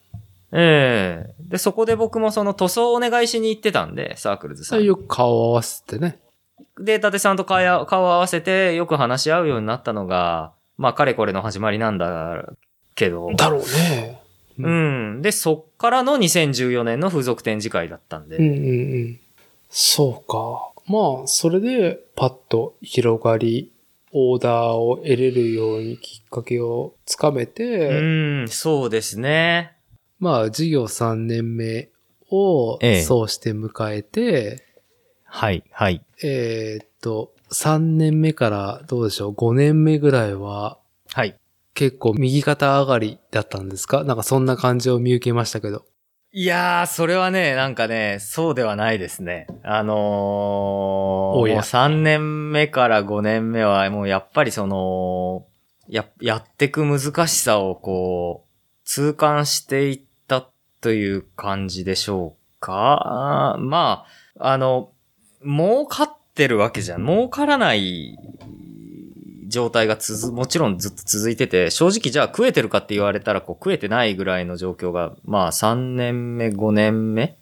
Speaker 2: で、そこで僕もその塗装をお願いしに行ってたんで、サークルズさん。
Speaker 1: よく顔を合わせてね。
Speaker 2: で、伊達さんと顔を合わせてよく話し合うようになったのが、まあ、かれこれの始まりなんだけど。
Speaker 1: だろうね。
Speaker 2: で、そっからの2014年の風俗展示会だったんで。
Speaker 1: そうか。まあ、それでパッと広がり、オーダーを得れるようにきっかけをつかめて、
Speaker 2: そうですね。
Speaker 1: まあ、事業3年目をそうして迎えて、
Speaker 2: はい、はい。
Speaker 1: 3年目からどうでしょう、5年目ぐらいは、
Speaker 2: はい。
Speaker 1: 結構右肩上がりだったんですか？なんかそんな感じを見受けましたけど。
Speaker 2: いやー、それはね、なんかね、そうではないですね。もう3年目から5年目は、もうやっぱりやってく難しさをこう、痛感していったという感じでしょうか。まあ、儲かってるわけじゃん。儲からない状態がもちろんずっと続いてて、正直じゃあ食えてるかって言われたらこう食えてないぐらいの状況が、まあ3年目、5年目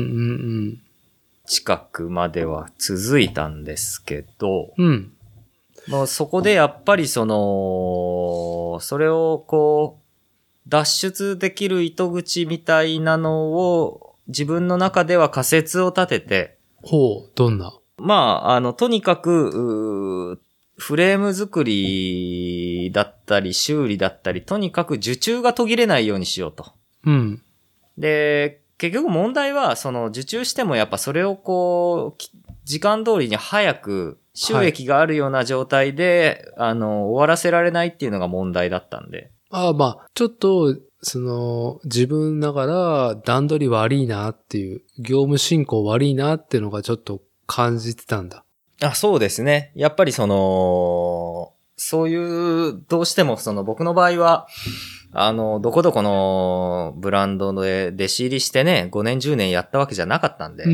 Speaker 2: 近くまでは続いたんですけど、もうそこでやっぱりそれをこう、脱出できる糸口みたいなのを自分の中では仮説を立てて、
Speaker 1: どんな？
Speaker 2: まあ、とにかく、フレーム作りだったり修理だったり、とにかく受注が途切れないようにしようと。で、結局問題は、受注してもやっぱそれをこう、時間通りに早く収益があるような状態で、終わらせられないっていうのが問題だったんで。
Speaker 1: まあ、ちょっと、自分ながら段取り悪いなっていう、業務進行悪いなっていうのがちょっと感じてたんだ。
Speaker 2: そうですね。やっぱりそういう、どうしても僕の場合は、どこどこのブランドで弟子入りしてね、5年10年やったわけじゃなかったんで。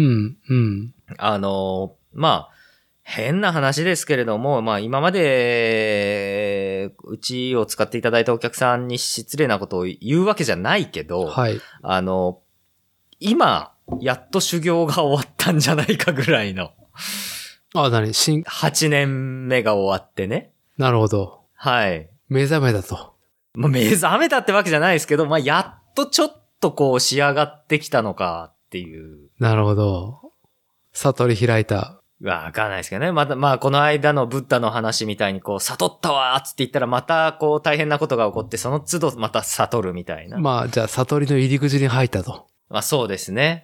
Speaker 2: まあ、変な話ですけれども、まあ今まで、うちを使っていただいたお客さんに失礼なことを言うわけじゃないけど、今、やっと修行が終わったんじゃないかぐらいの。8年目が終わってね。
Speaker 1: なるほど。
Speaker 2: はい。
Speaker 1: 目覚めだと。
Speaker 2: まあ、目覚めたってわけじゃないですけど、まあ、やっとちょっとこう仕上がってきたのかっていう。
Speaker 1: なるほど。悟り開いた。
Speaker 2: わかんないですけどね。また、まあ、この間のブッダの話みたいにこう、悟ったわーっつって言ったらまたこう大変なことが起こって、その都度また悟るみたいな。
Speaker 1: まあ、じゃあ悟りの入り口に入ったと。
Speaker 2: まあ、そうですね。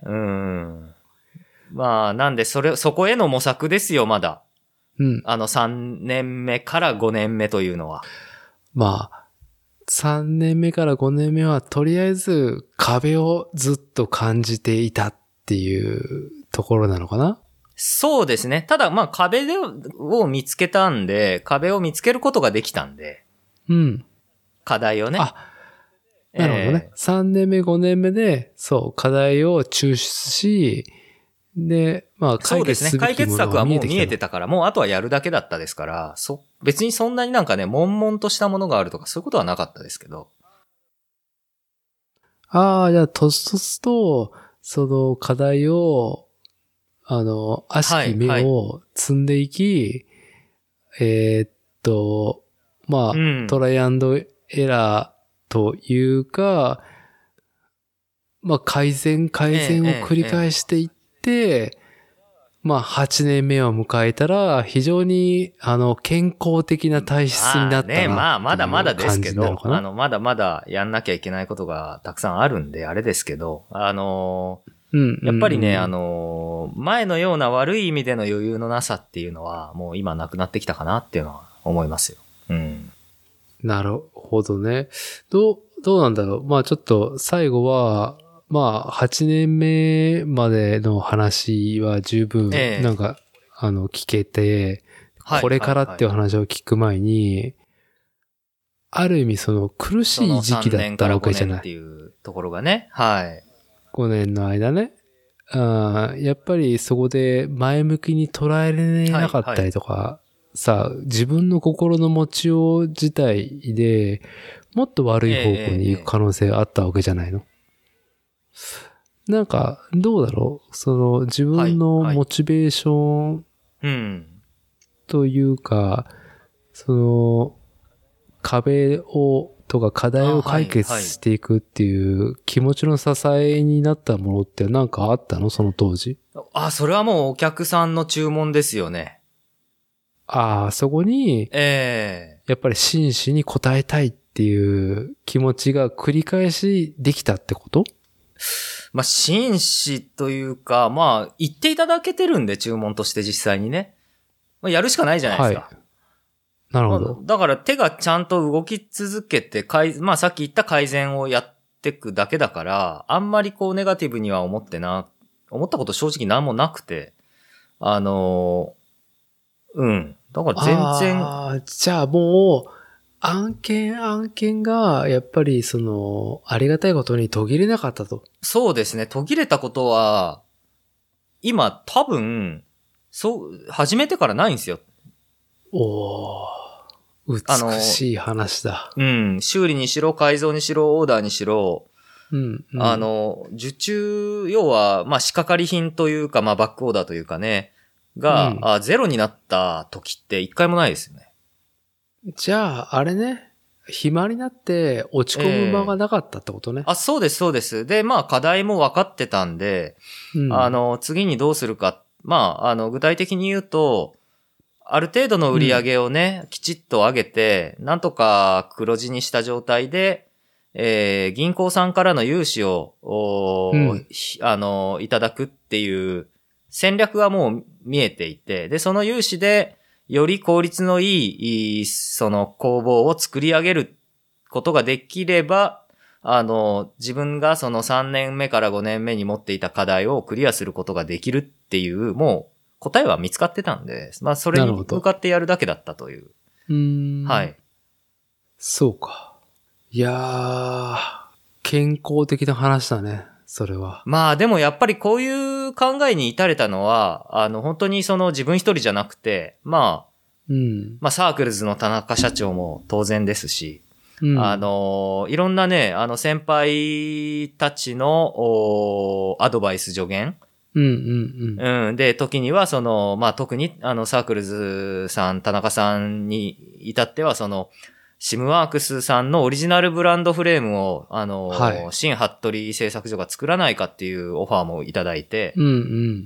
Speaker 2: まあ、なんでそこへの模索ですよ、まだ。
Speaker 1: うん。
Speaker 2: 3年目から5年目というのは。
Speaker 1: まあ、3年目から5年目はとりあえず壁をずっと感じていたっていうところなのかな？
Speaker 2: そうですね。ただ、まあ壁を見つけたんで、壁を見つけることができたんで。
Speaker 1: うん。
Speaker 2: 課題をね。
Speaker 1: あ、なるほどね。3年目、5年目で、そう、課題を抽出し、で、まあ解決すべきものが見えてきた。
Speaker 2: そうですね。解決策はもう見えてたから、もうあとはやるだけだったですから、別にそんなになんかね、悶々としたものがあるとかそういうことはなかったですけど。
Speaker 1: ああ、じゃあ、とつとつと、その課題を、悪しき目を積んでいき、まあ、トライアンドエラーというか、まあ、改善を繰り返していって、まあ、8年目を迎えたら、非常に、健康的な体質になったなっていう感じなのかな。
Speaker 2: ね、まあ、まだまだですけど、まだまだやんなきゃいけないことがたくさんあるんで、あれですけど、やっぱりね、前のような悪い意味での余裕のなさっていうのは、もう今なくなってきたかなっていうのは思いますよ。うん。
Speaker 1: なるほどね。どうなんだろう。まあちょっと最後は、まあ8年目までの話は十分、なんか、聞けて、これからっていう話を聞く前に、ある意味その苦しい時期だったわけじゃない。
Speaker 2: っていうところがね。はい。
Speaker 1: 5年の間ね。やっぱりそこで前向きに捉えられなかったりとか、さ、自分の心の持ちよう自体でもっと悪い方向に行く可能性があったわけじゃないの。なんか、どうだろう？その自分のモチベーションというか、その壁とか課題を解決していくっていう気持ちの支えになったものって何かあったの？その当時。
Speaker 2: それはもうお客さんの注文ですよね。
Speaker 1: そこに、やっぱり真摯に応えたいっていう気持ちが繰り返しできたってこと？
Speaker 2: まあ、真摯というか、まあ、言っていただけてるんで、注文として実際にね。まあ、やるしかないじゃないですか。はい。
Speaker 1: なるほど。
Speaker 2: だから手がちゃんと動き続けて、まあさっき言った改善をやっていくだけだから、あんまりこうネガティブには思ったこと正直なんもなくて、だから全然。
Speaker 1: じゃあもう、案件が、やっぱりありがたいことに途切れなかったと。
Speaker 2: そうですね。途切れたことは、今多分、始めてからないんですよ。
Speaker 1: 美しい話だ。
Speaker 2: 修理にしろ、改造にしろ、オーダーにしろ、受注、要は、まあ、仕掛かり品というか、まあ、バックオーダーというかね、が、ゼロになった時って一回もないですよね。
Speaker 1: じゃあ、あれね、暇になって落ち込む間がなかったってことね。
Speaker 2: そうです、そうです。で、まあ、課題も分かってたんで、次にどうするか、まあ、具体的に言うと、ある程度の売り上げをね、きちっと上げて、なんとか黒字にした状態で、銀行さんからの融資を、いただくっていう戦略はもう見えていて、で、その融資で、より効率のいい、その工房を作り上げることができれば、自分がその3年目から5年目に持っていた課題をクリアすることができるっていう、もう、答えは見つかってたんで、まあそれに向かってやるだけだったという。はい。
Speaker 1: そうか。いやー、健康的な話だね、それは。
Speaker 2: まあでもやっぱりこういう考えに至れたのは、本当にその自分一人じゃなくて、まあサークルズの田中社長も当然ですし、いろんなね、先輩たちのアドバイス助言、で、時にはまあ、特に、サークルズさん、田中さんに至っては、 シムワークスさんのオリジナルブランドフレームを、
Speaker 1: はい、
Speaker 2: 新服部製作所が作らないかっていうオファーもいただいて、
Speaker 1: うんうん。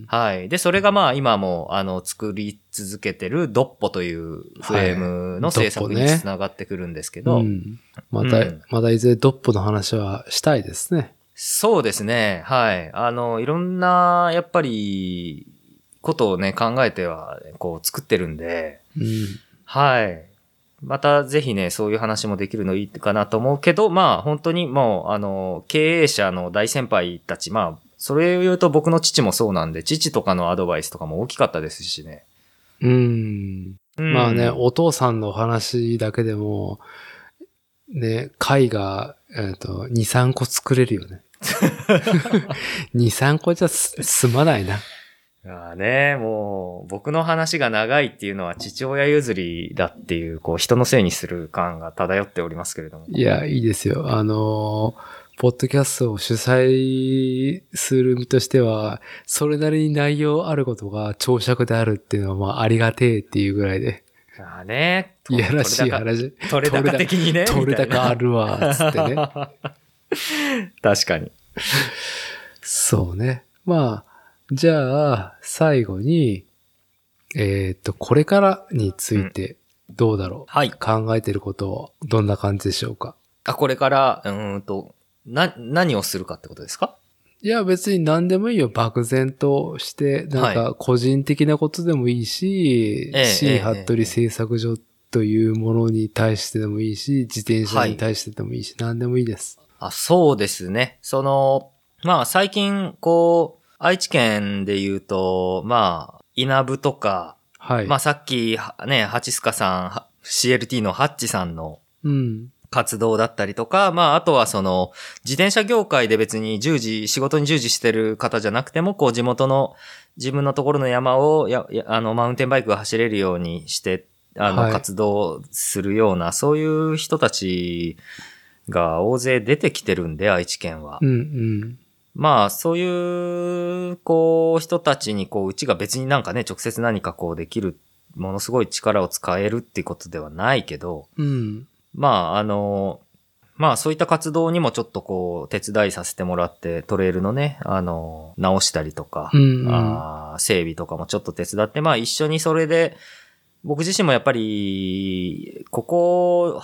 Speaker 2: はい。で、それがまあ今も、作り続けてるドッポというフレームの制作につながってくるんですけど、
Speaker 1: うん、またいずれドッポの話はしたいですね。
Speaker 2: そうですね。はい。いろんな、やっぱり、ことをね、考えては、こう、作ってるんで、
Speaker 1: うん、
Speaker 2: はい。またぜひね、そういう話もできるのいいかなと思うけど、まあ本当にもう、経営者の大先輩たち、まあ、それを言うと僕の父もそうなんで、父とかのアドバイスとかも大きかったですしね。
Speaker 1: まあね、お父さんの話だけでも、ね、貝が、2、3個作れるよね。2、3個じゃ済まないな。
Speaker 2: ね、もう、僕の話が長いっていうのは父親譲りだっていう、こう、人のせいにする感が漂っておりますけれども。
Speaker 1: いや、いいですよ。ポッドキャストを主催する身としては、それなりに内容あることが長尺であるっていうのは、まあ、ありがてえっていうぐらいで。
Speaker 2: ね。
Speaker 1: いやらしい話。
Speaker 2: 取れ高的にね。
Speaker 1: 取れ高あるわ、つってね。
Speaker 2: 確かに。
Speaker 1: そうね。まあ、じゃあ、最後に、これからについてどうだろう、
Speaker 2: はい。
Speaker 1: 考えてることをどんな感じでしょうか？
Speaker 2: これから、何をするかってことですか？
Speaker 1: いや、別に何でもいいよ。漠然として、なんか個人的なことでもいいし、新服部製作所というものに対してでもいいし、自転車に対してでもいいし、何でもいいです。
Speaker 2: そうですね。まあ最近、こう、愛知県で言うと、まあ、稲部とか、
Speaker 1: はい。
Speaker 2: まあさっきね、ハチスカさん、CLT のハッチさんの、活動だったりとか、まあ、あとは自転車業界で別に仕事に従事してる方じゃなくても、こう、地元の、自分のところの山を、マウンテンバイクが走れるようにして、活動するような、そういう人たちが大勢出てきてるんで、愛知県は。まあ、そういう、こう、人たちに、こう、うちが別になんかね、直接何かこうできる、ものすごい力を使えるっていうことではないけど、まあ、まあそういった活動にもちょっとこう手伝いさせてもらって、トレイルのね、直したりとか、整備とかもちょっと手伝って、まあ一緒にそれで、僕自身もやっぱり、ここ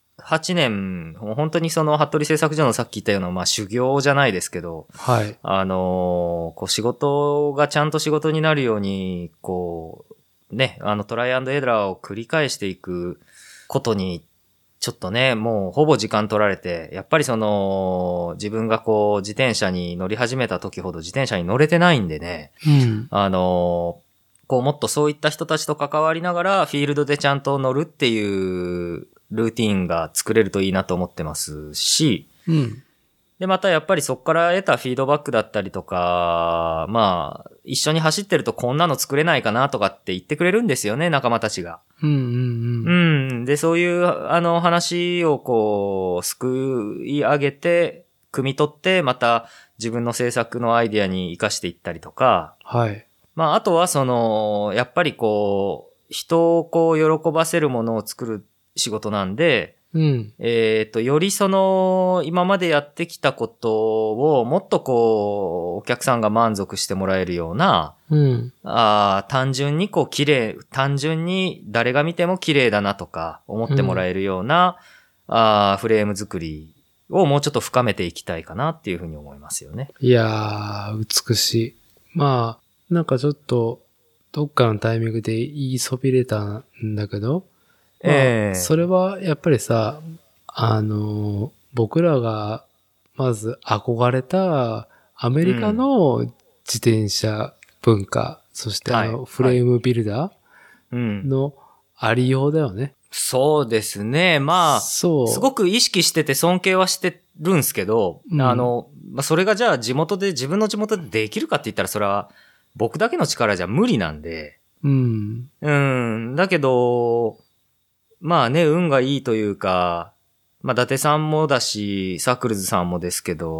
Speaker 2: 8年、本当に服部製作所のさっき言ったような、まあ修行じゃないですけど、
Speaker 1: はい。
Speaker 2: こう仕事がちゃんと仕事になるように、こう、ね、トライアンドエラーを繰り返していくことに、ちょっとね、もうほぼ時間取られて、やっぱり自分がこう自転車に乗り始めた時ほど自転車に乗れてないんでね、こうもっとそういった人たちと関わりながらフィールドでちゃんと乗るっていうルーティーンが作れるといいなと思ってますし、で、またやっぱりそこから得たフィードバックだったりとか、まあ、一緒に走ってるとこんなの作れないかなとかって言ってくれるんですよね、仲間たちが。で、そういう話をこう、すくい上げて、汲み取って、また自分の制作のアイデアに活かしていったりとか。
Speaker 1: はい。
Speaker 2: まあ、あとはやっぱりこう、人をこう、喜ばせるものを作る仕事なんで、より今までやってきたことをもっとこう、お客さんが満足してもらえるような、単純にこう単純に誰が見ても綺麗だなとか思ってもらえるような、フレーム作りをもうちょっと深めていきたいかなっていうふうに思いますよね。
Speaker 1: いやー、美しい。まあ、なんかちょっと、どっかのタイミングで言いそびれたんだけど、それはやっぱりさ、僕らがまず憧れたアメリカの自転車文化、そしてフレームビルダーのありようだよね。
Speaker 2: そうですね。まあ、すごく意識してて尊敬はしてるんですけど、それがじゃあ自分の地元でできるかって言ったらそれは僕だけの力じゃ無理なんで。だけど、まあね、運がいいというか、まあ、伊達さんもだし、サクルズさんもですけど、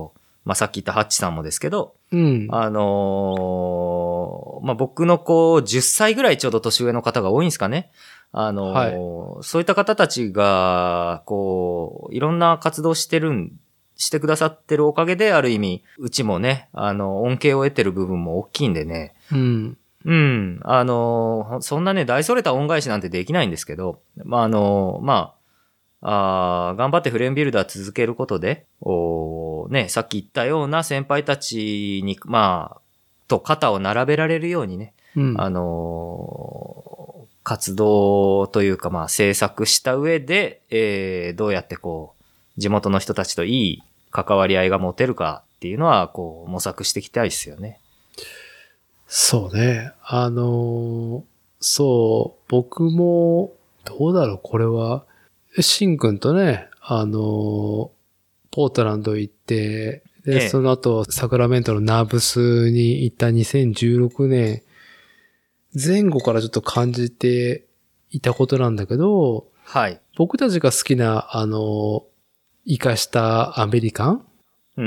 Speaker 2: まあ、さっき言ったハッチさんもですけど、
Speaker 1: うん。
Speaker 2: まあ、僕の10歳ぐらいちょうど年上の方が多いんですかね。はい、そういった方たちが、いろんな活動してくださってるおかげで、ある意味、うちもね、恩恵を得てる部分も大きいんでね。
Speaker 1: うん。
Speaker 2: うん。そんなね、大それた恩返しなんてできないんですけど、頑張ってフレームビルダー続けることで、さっき言ったような先輩たちに、と肩を並べられるようにね、
Speaker 1: うん、
Speaker 2: 活動というか、制作した上で、どうやって地元の人たちといい関わり合いが持てるかっていうのは、模索していきたいですよね。
Speaker 1: そうね。そう、僕も、どうだろう、これは、シン君とね、ポートランド行って、で、その後、サクラメントのナーブスに行った2016年前後からちょっと感じていたことなんだけど、
Speaker 2: はい。
Speaker 1: 僕たちが好きな、生かしたアメリカン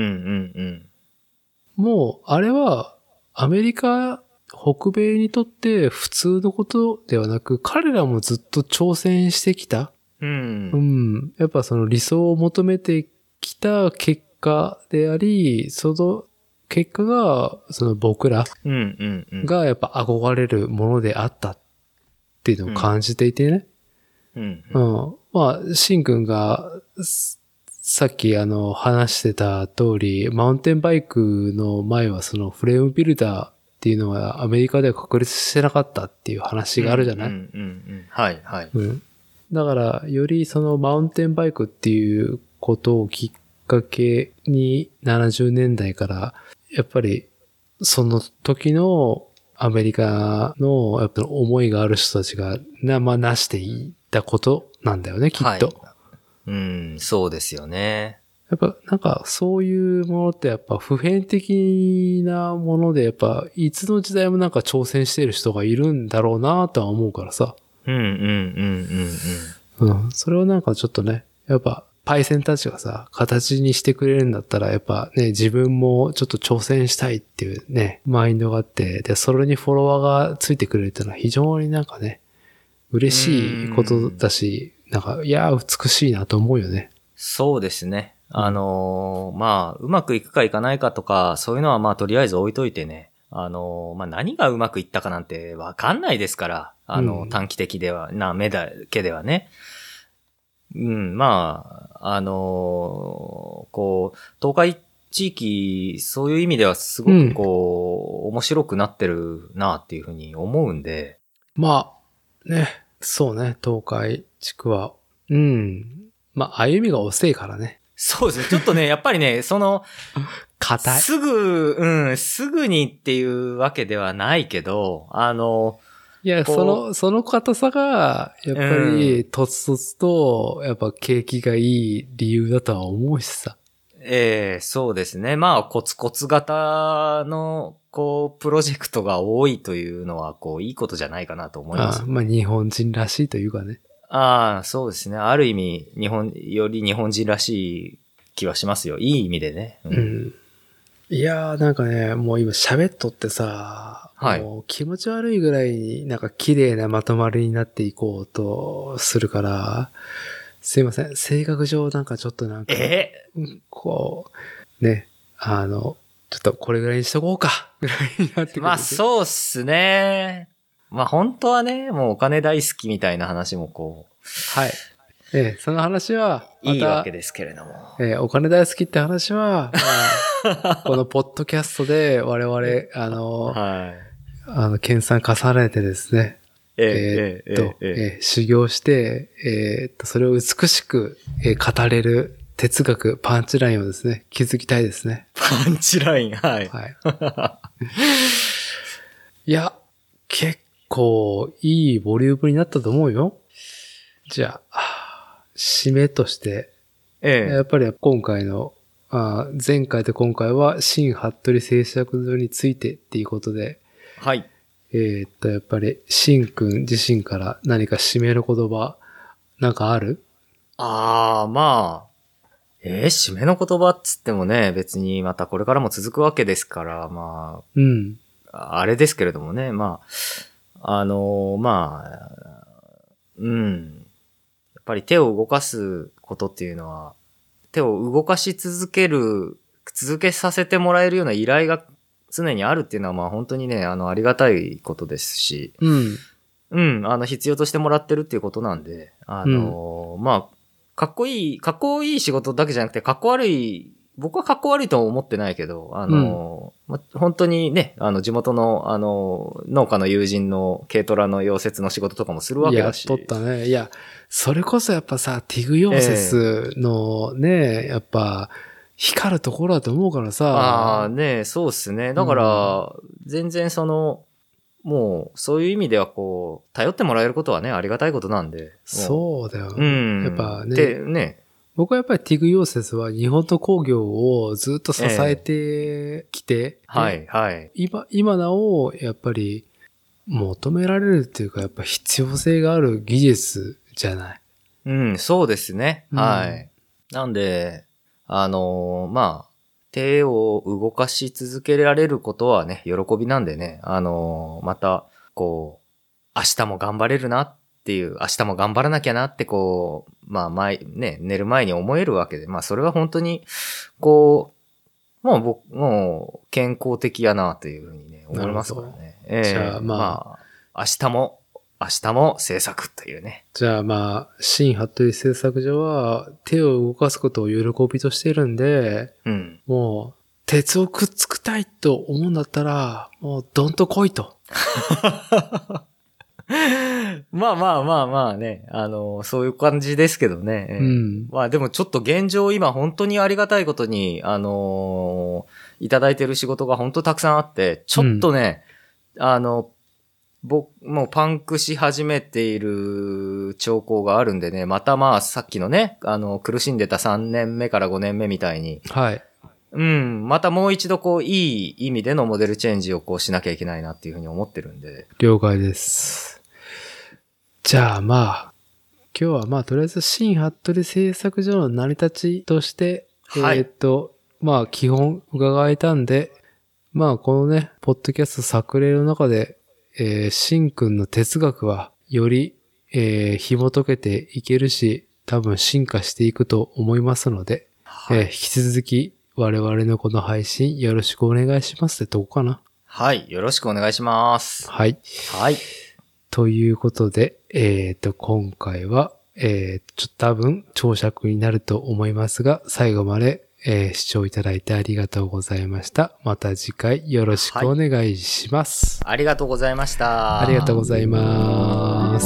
Speaker 1: もう、あれは、アメリカ、北米にとって普通のことではなく、彼らもずっと挑戦してきた。
Speaker 2: うん。
Speaker 1: やっぱその理想を求めてきた結果であり、その結果が、その僕らがやっぱ憧れるものであったっていうのを感じていてね。シン君が、さっき話してた通り、マウンテンバイクの前はそのフレームビルダーっていうのはアメリカでは確立してなかったっていう話があるじゃない？
Speaker 2: はいはい。
Speaker 1: だから、よりそのマウンテンバイクっていうことをきっかけに70年代から、やっぱりその時のアメリカのやっぱ思いがある人たちがなしていったことなんだよね、きっと。
Speaker 2: そうですよね。
Speaker 1: やっぱなんかそういうものってやっぱ普遍的なものでやっぱいつの時代もなんか挑戦している人がいるんだろうなとは思うからさ。それをなんかちょっとね、やっぱパイセンたちがさ、形にしてくれるんだったらやっぱね、自分もちょっと挑戦したいっていうね、マインドがあって、で、それにフォロワーがついてくれるっていうのは非常になんかね、嬉しいことだし、なんか、いや、美しいなと思うよね。
Speaker 2: そうですね。うまくいくかいかないかとか、そういうのはとりあえず置いといてね。何がうまくいったかなんてわかんないですから。短期的では、目だけではね。東海地域、そういう意味ではすごく面白くなってるなっていうふうに思うんで。
Speaker 1: そうね、東海地区は。歩みが遅いからね。
Speaker 2: そうですね。ちょっとね、やっぱりね、
Speaker 1: 硬い。
Speaker 2: すぐにっていうわけではないけど、
Speaker 1: いや、その硬さが、やっぱり、とつとつと、やっぱ景気がいい理由だとは思うしさ。
Speaker 2: そうですね。コツコツ型の、プロジェクトが多いというのは、いいことじゃないかなと思います。
Speaker 1: 日本人らしいというかね。
Speaker 2: そうですね。ある意味、より日本人らしい気はしますよ。いい意味でね。
Speaker 1: いやーなんかね、もう今喋っとってさ、もう気持ち悪いぐらいになんか綺麗なまとまりになっていこうとするから、すいません。性格上なんかちょっとなんか、ね、ちょっとこれぐらいにしとこうか、ぐらいになってくる。
Speaker 2: そうっすね。本当はね、もうお金大好きみたいな話も
Speaker 1: はい。その話は、
Speaker 2: いいわけですけれども。
Speaker 1: お金大好きって話は、このポッドキャストで我々、研鑽重ねてですね、修行して、それを美しく、語れる哲学、パンチラインをですね、築きたいですね。
Speaker 2: パンチライン、はい。
Speaker 1: いや、結構いいボリュームになったと思うよ。じゃあ、締めとして、やっぱり今回の、前回と今回は新服部製作所についてっていうことで、
Speaker 2: はい。
Speaker 1: やっぱり、新君自身から何か締める言葉、なんかある？
Speaker 2: 締めの言葉っつってもね、別にまたこれからも続くわけですから、まあ、あれですけれどもね、まあ、まあ、やっぱり手を動かすことっていうのは、手を動かし続けさせてもらえるような依頼が常にあるっていうのは、まあ本当にね、ありがたいことですし、必要としてもらってるっていうことなんで、まあ、かっこいい仕事だけじゃなくて、僕はかっこ悪いとは思ってないけど、本当にね、地元の、農家の友人の軽トラの溶接の仕事とかもするわけだし。
Speaker 1: やっとったね。いや、それこそやっぱさ、ティグ溶接のね、やっぱ、光るところだと思うからさ。
Speaker 2: そうっすね。だから、全然もう、そういう意味では頼ってもらえることはね、ありがたいことなんで。
Speaker 1: そうだよ。やっぱね。僕はやっぱりティグ溶接は日本の工業をずっと支えてきて、今なお、やっぱり求められるっていうか、やっぱ必要性がある技術じゃない。
Speaker 2: そうですね。はい。なんで、まあ、手を動かし続けられることはね、喜びなんでね、また、明日も頑張れるなっていう、明日も頑張らなきゃなってまあ寝る前に思えるわけで、まあそれは本当に、もう健康的やなというふうにね、思いますからね。
Speaker 1: じゃあま
Speaker 2: あ、明日も制作というね。
Speaker 1: じゃあまあ、新服部製作所は手を動かすことを喜びとしてるんで、もう、鉄をくっつくたいと思うんだったら、もうどんと来いと。
Speaker 2: まあね、そういう感じですけどね。まあでもちょっと現状今本当にありがたいことに、いただいてる仕事が本当たくさんあって、ちょっとね、もうパンクし始めている兆候があるんでね、またまあさっきのね、苦しんでた3年目から5年目みたいに、またもう一度いい意味でのモデルチェンジをしなきゃいけないなっていうふうに思ってるんで。
Speaker 1: 了解です。じゃあまあ、今日はまあとりあえず新服部製作所の成り立ちとして、まあ基本伺えたんで、まあこのね、ポッドキャスト作例の中で、シンくんの哲学はより、紐解けていけるし、多分進化していくと思いますので、引き続き我々のこの配信よろしくお願いしますってとこかな。
Speaker 2: はい、よろしくお願いします。
Speaker 1: はい。ということで、今回は、多分長尺になると思いますが、最後まで視聴いただいてありがとうございました。また次回よろしくお願いします。
Speaker 2: ありがとうございました。
Speaker 1: ありがとうございます。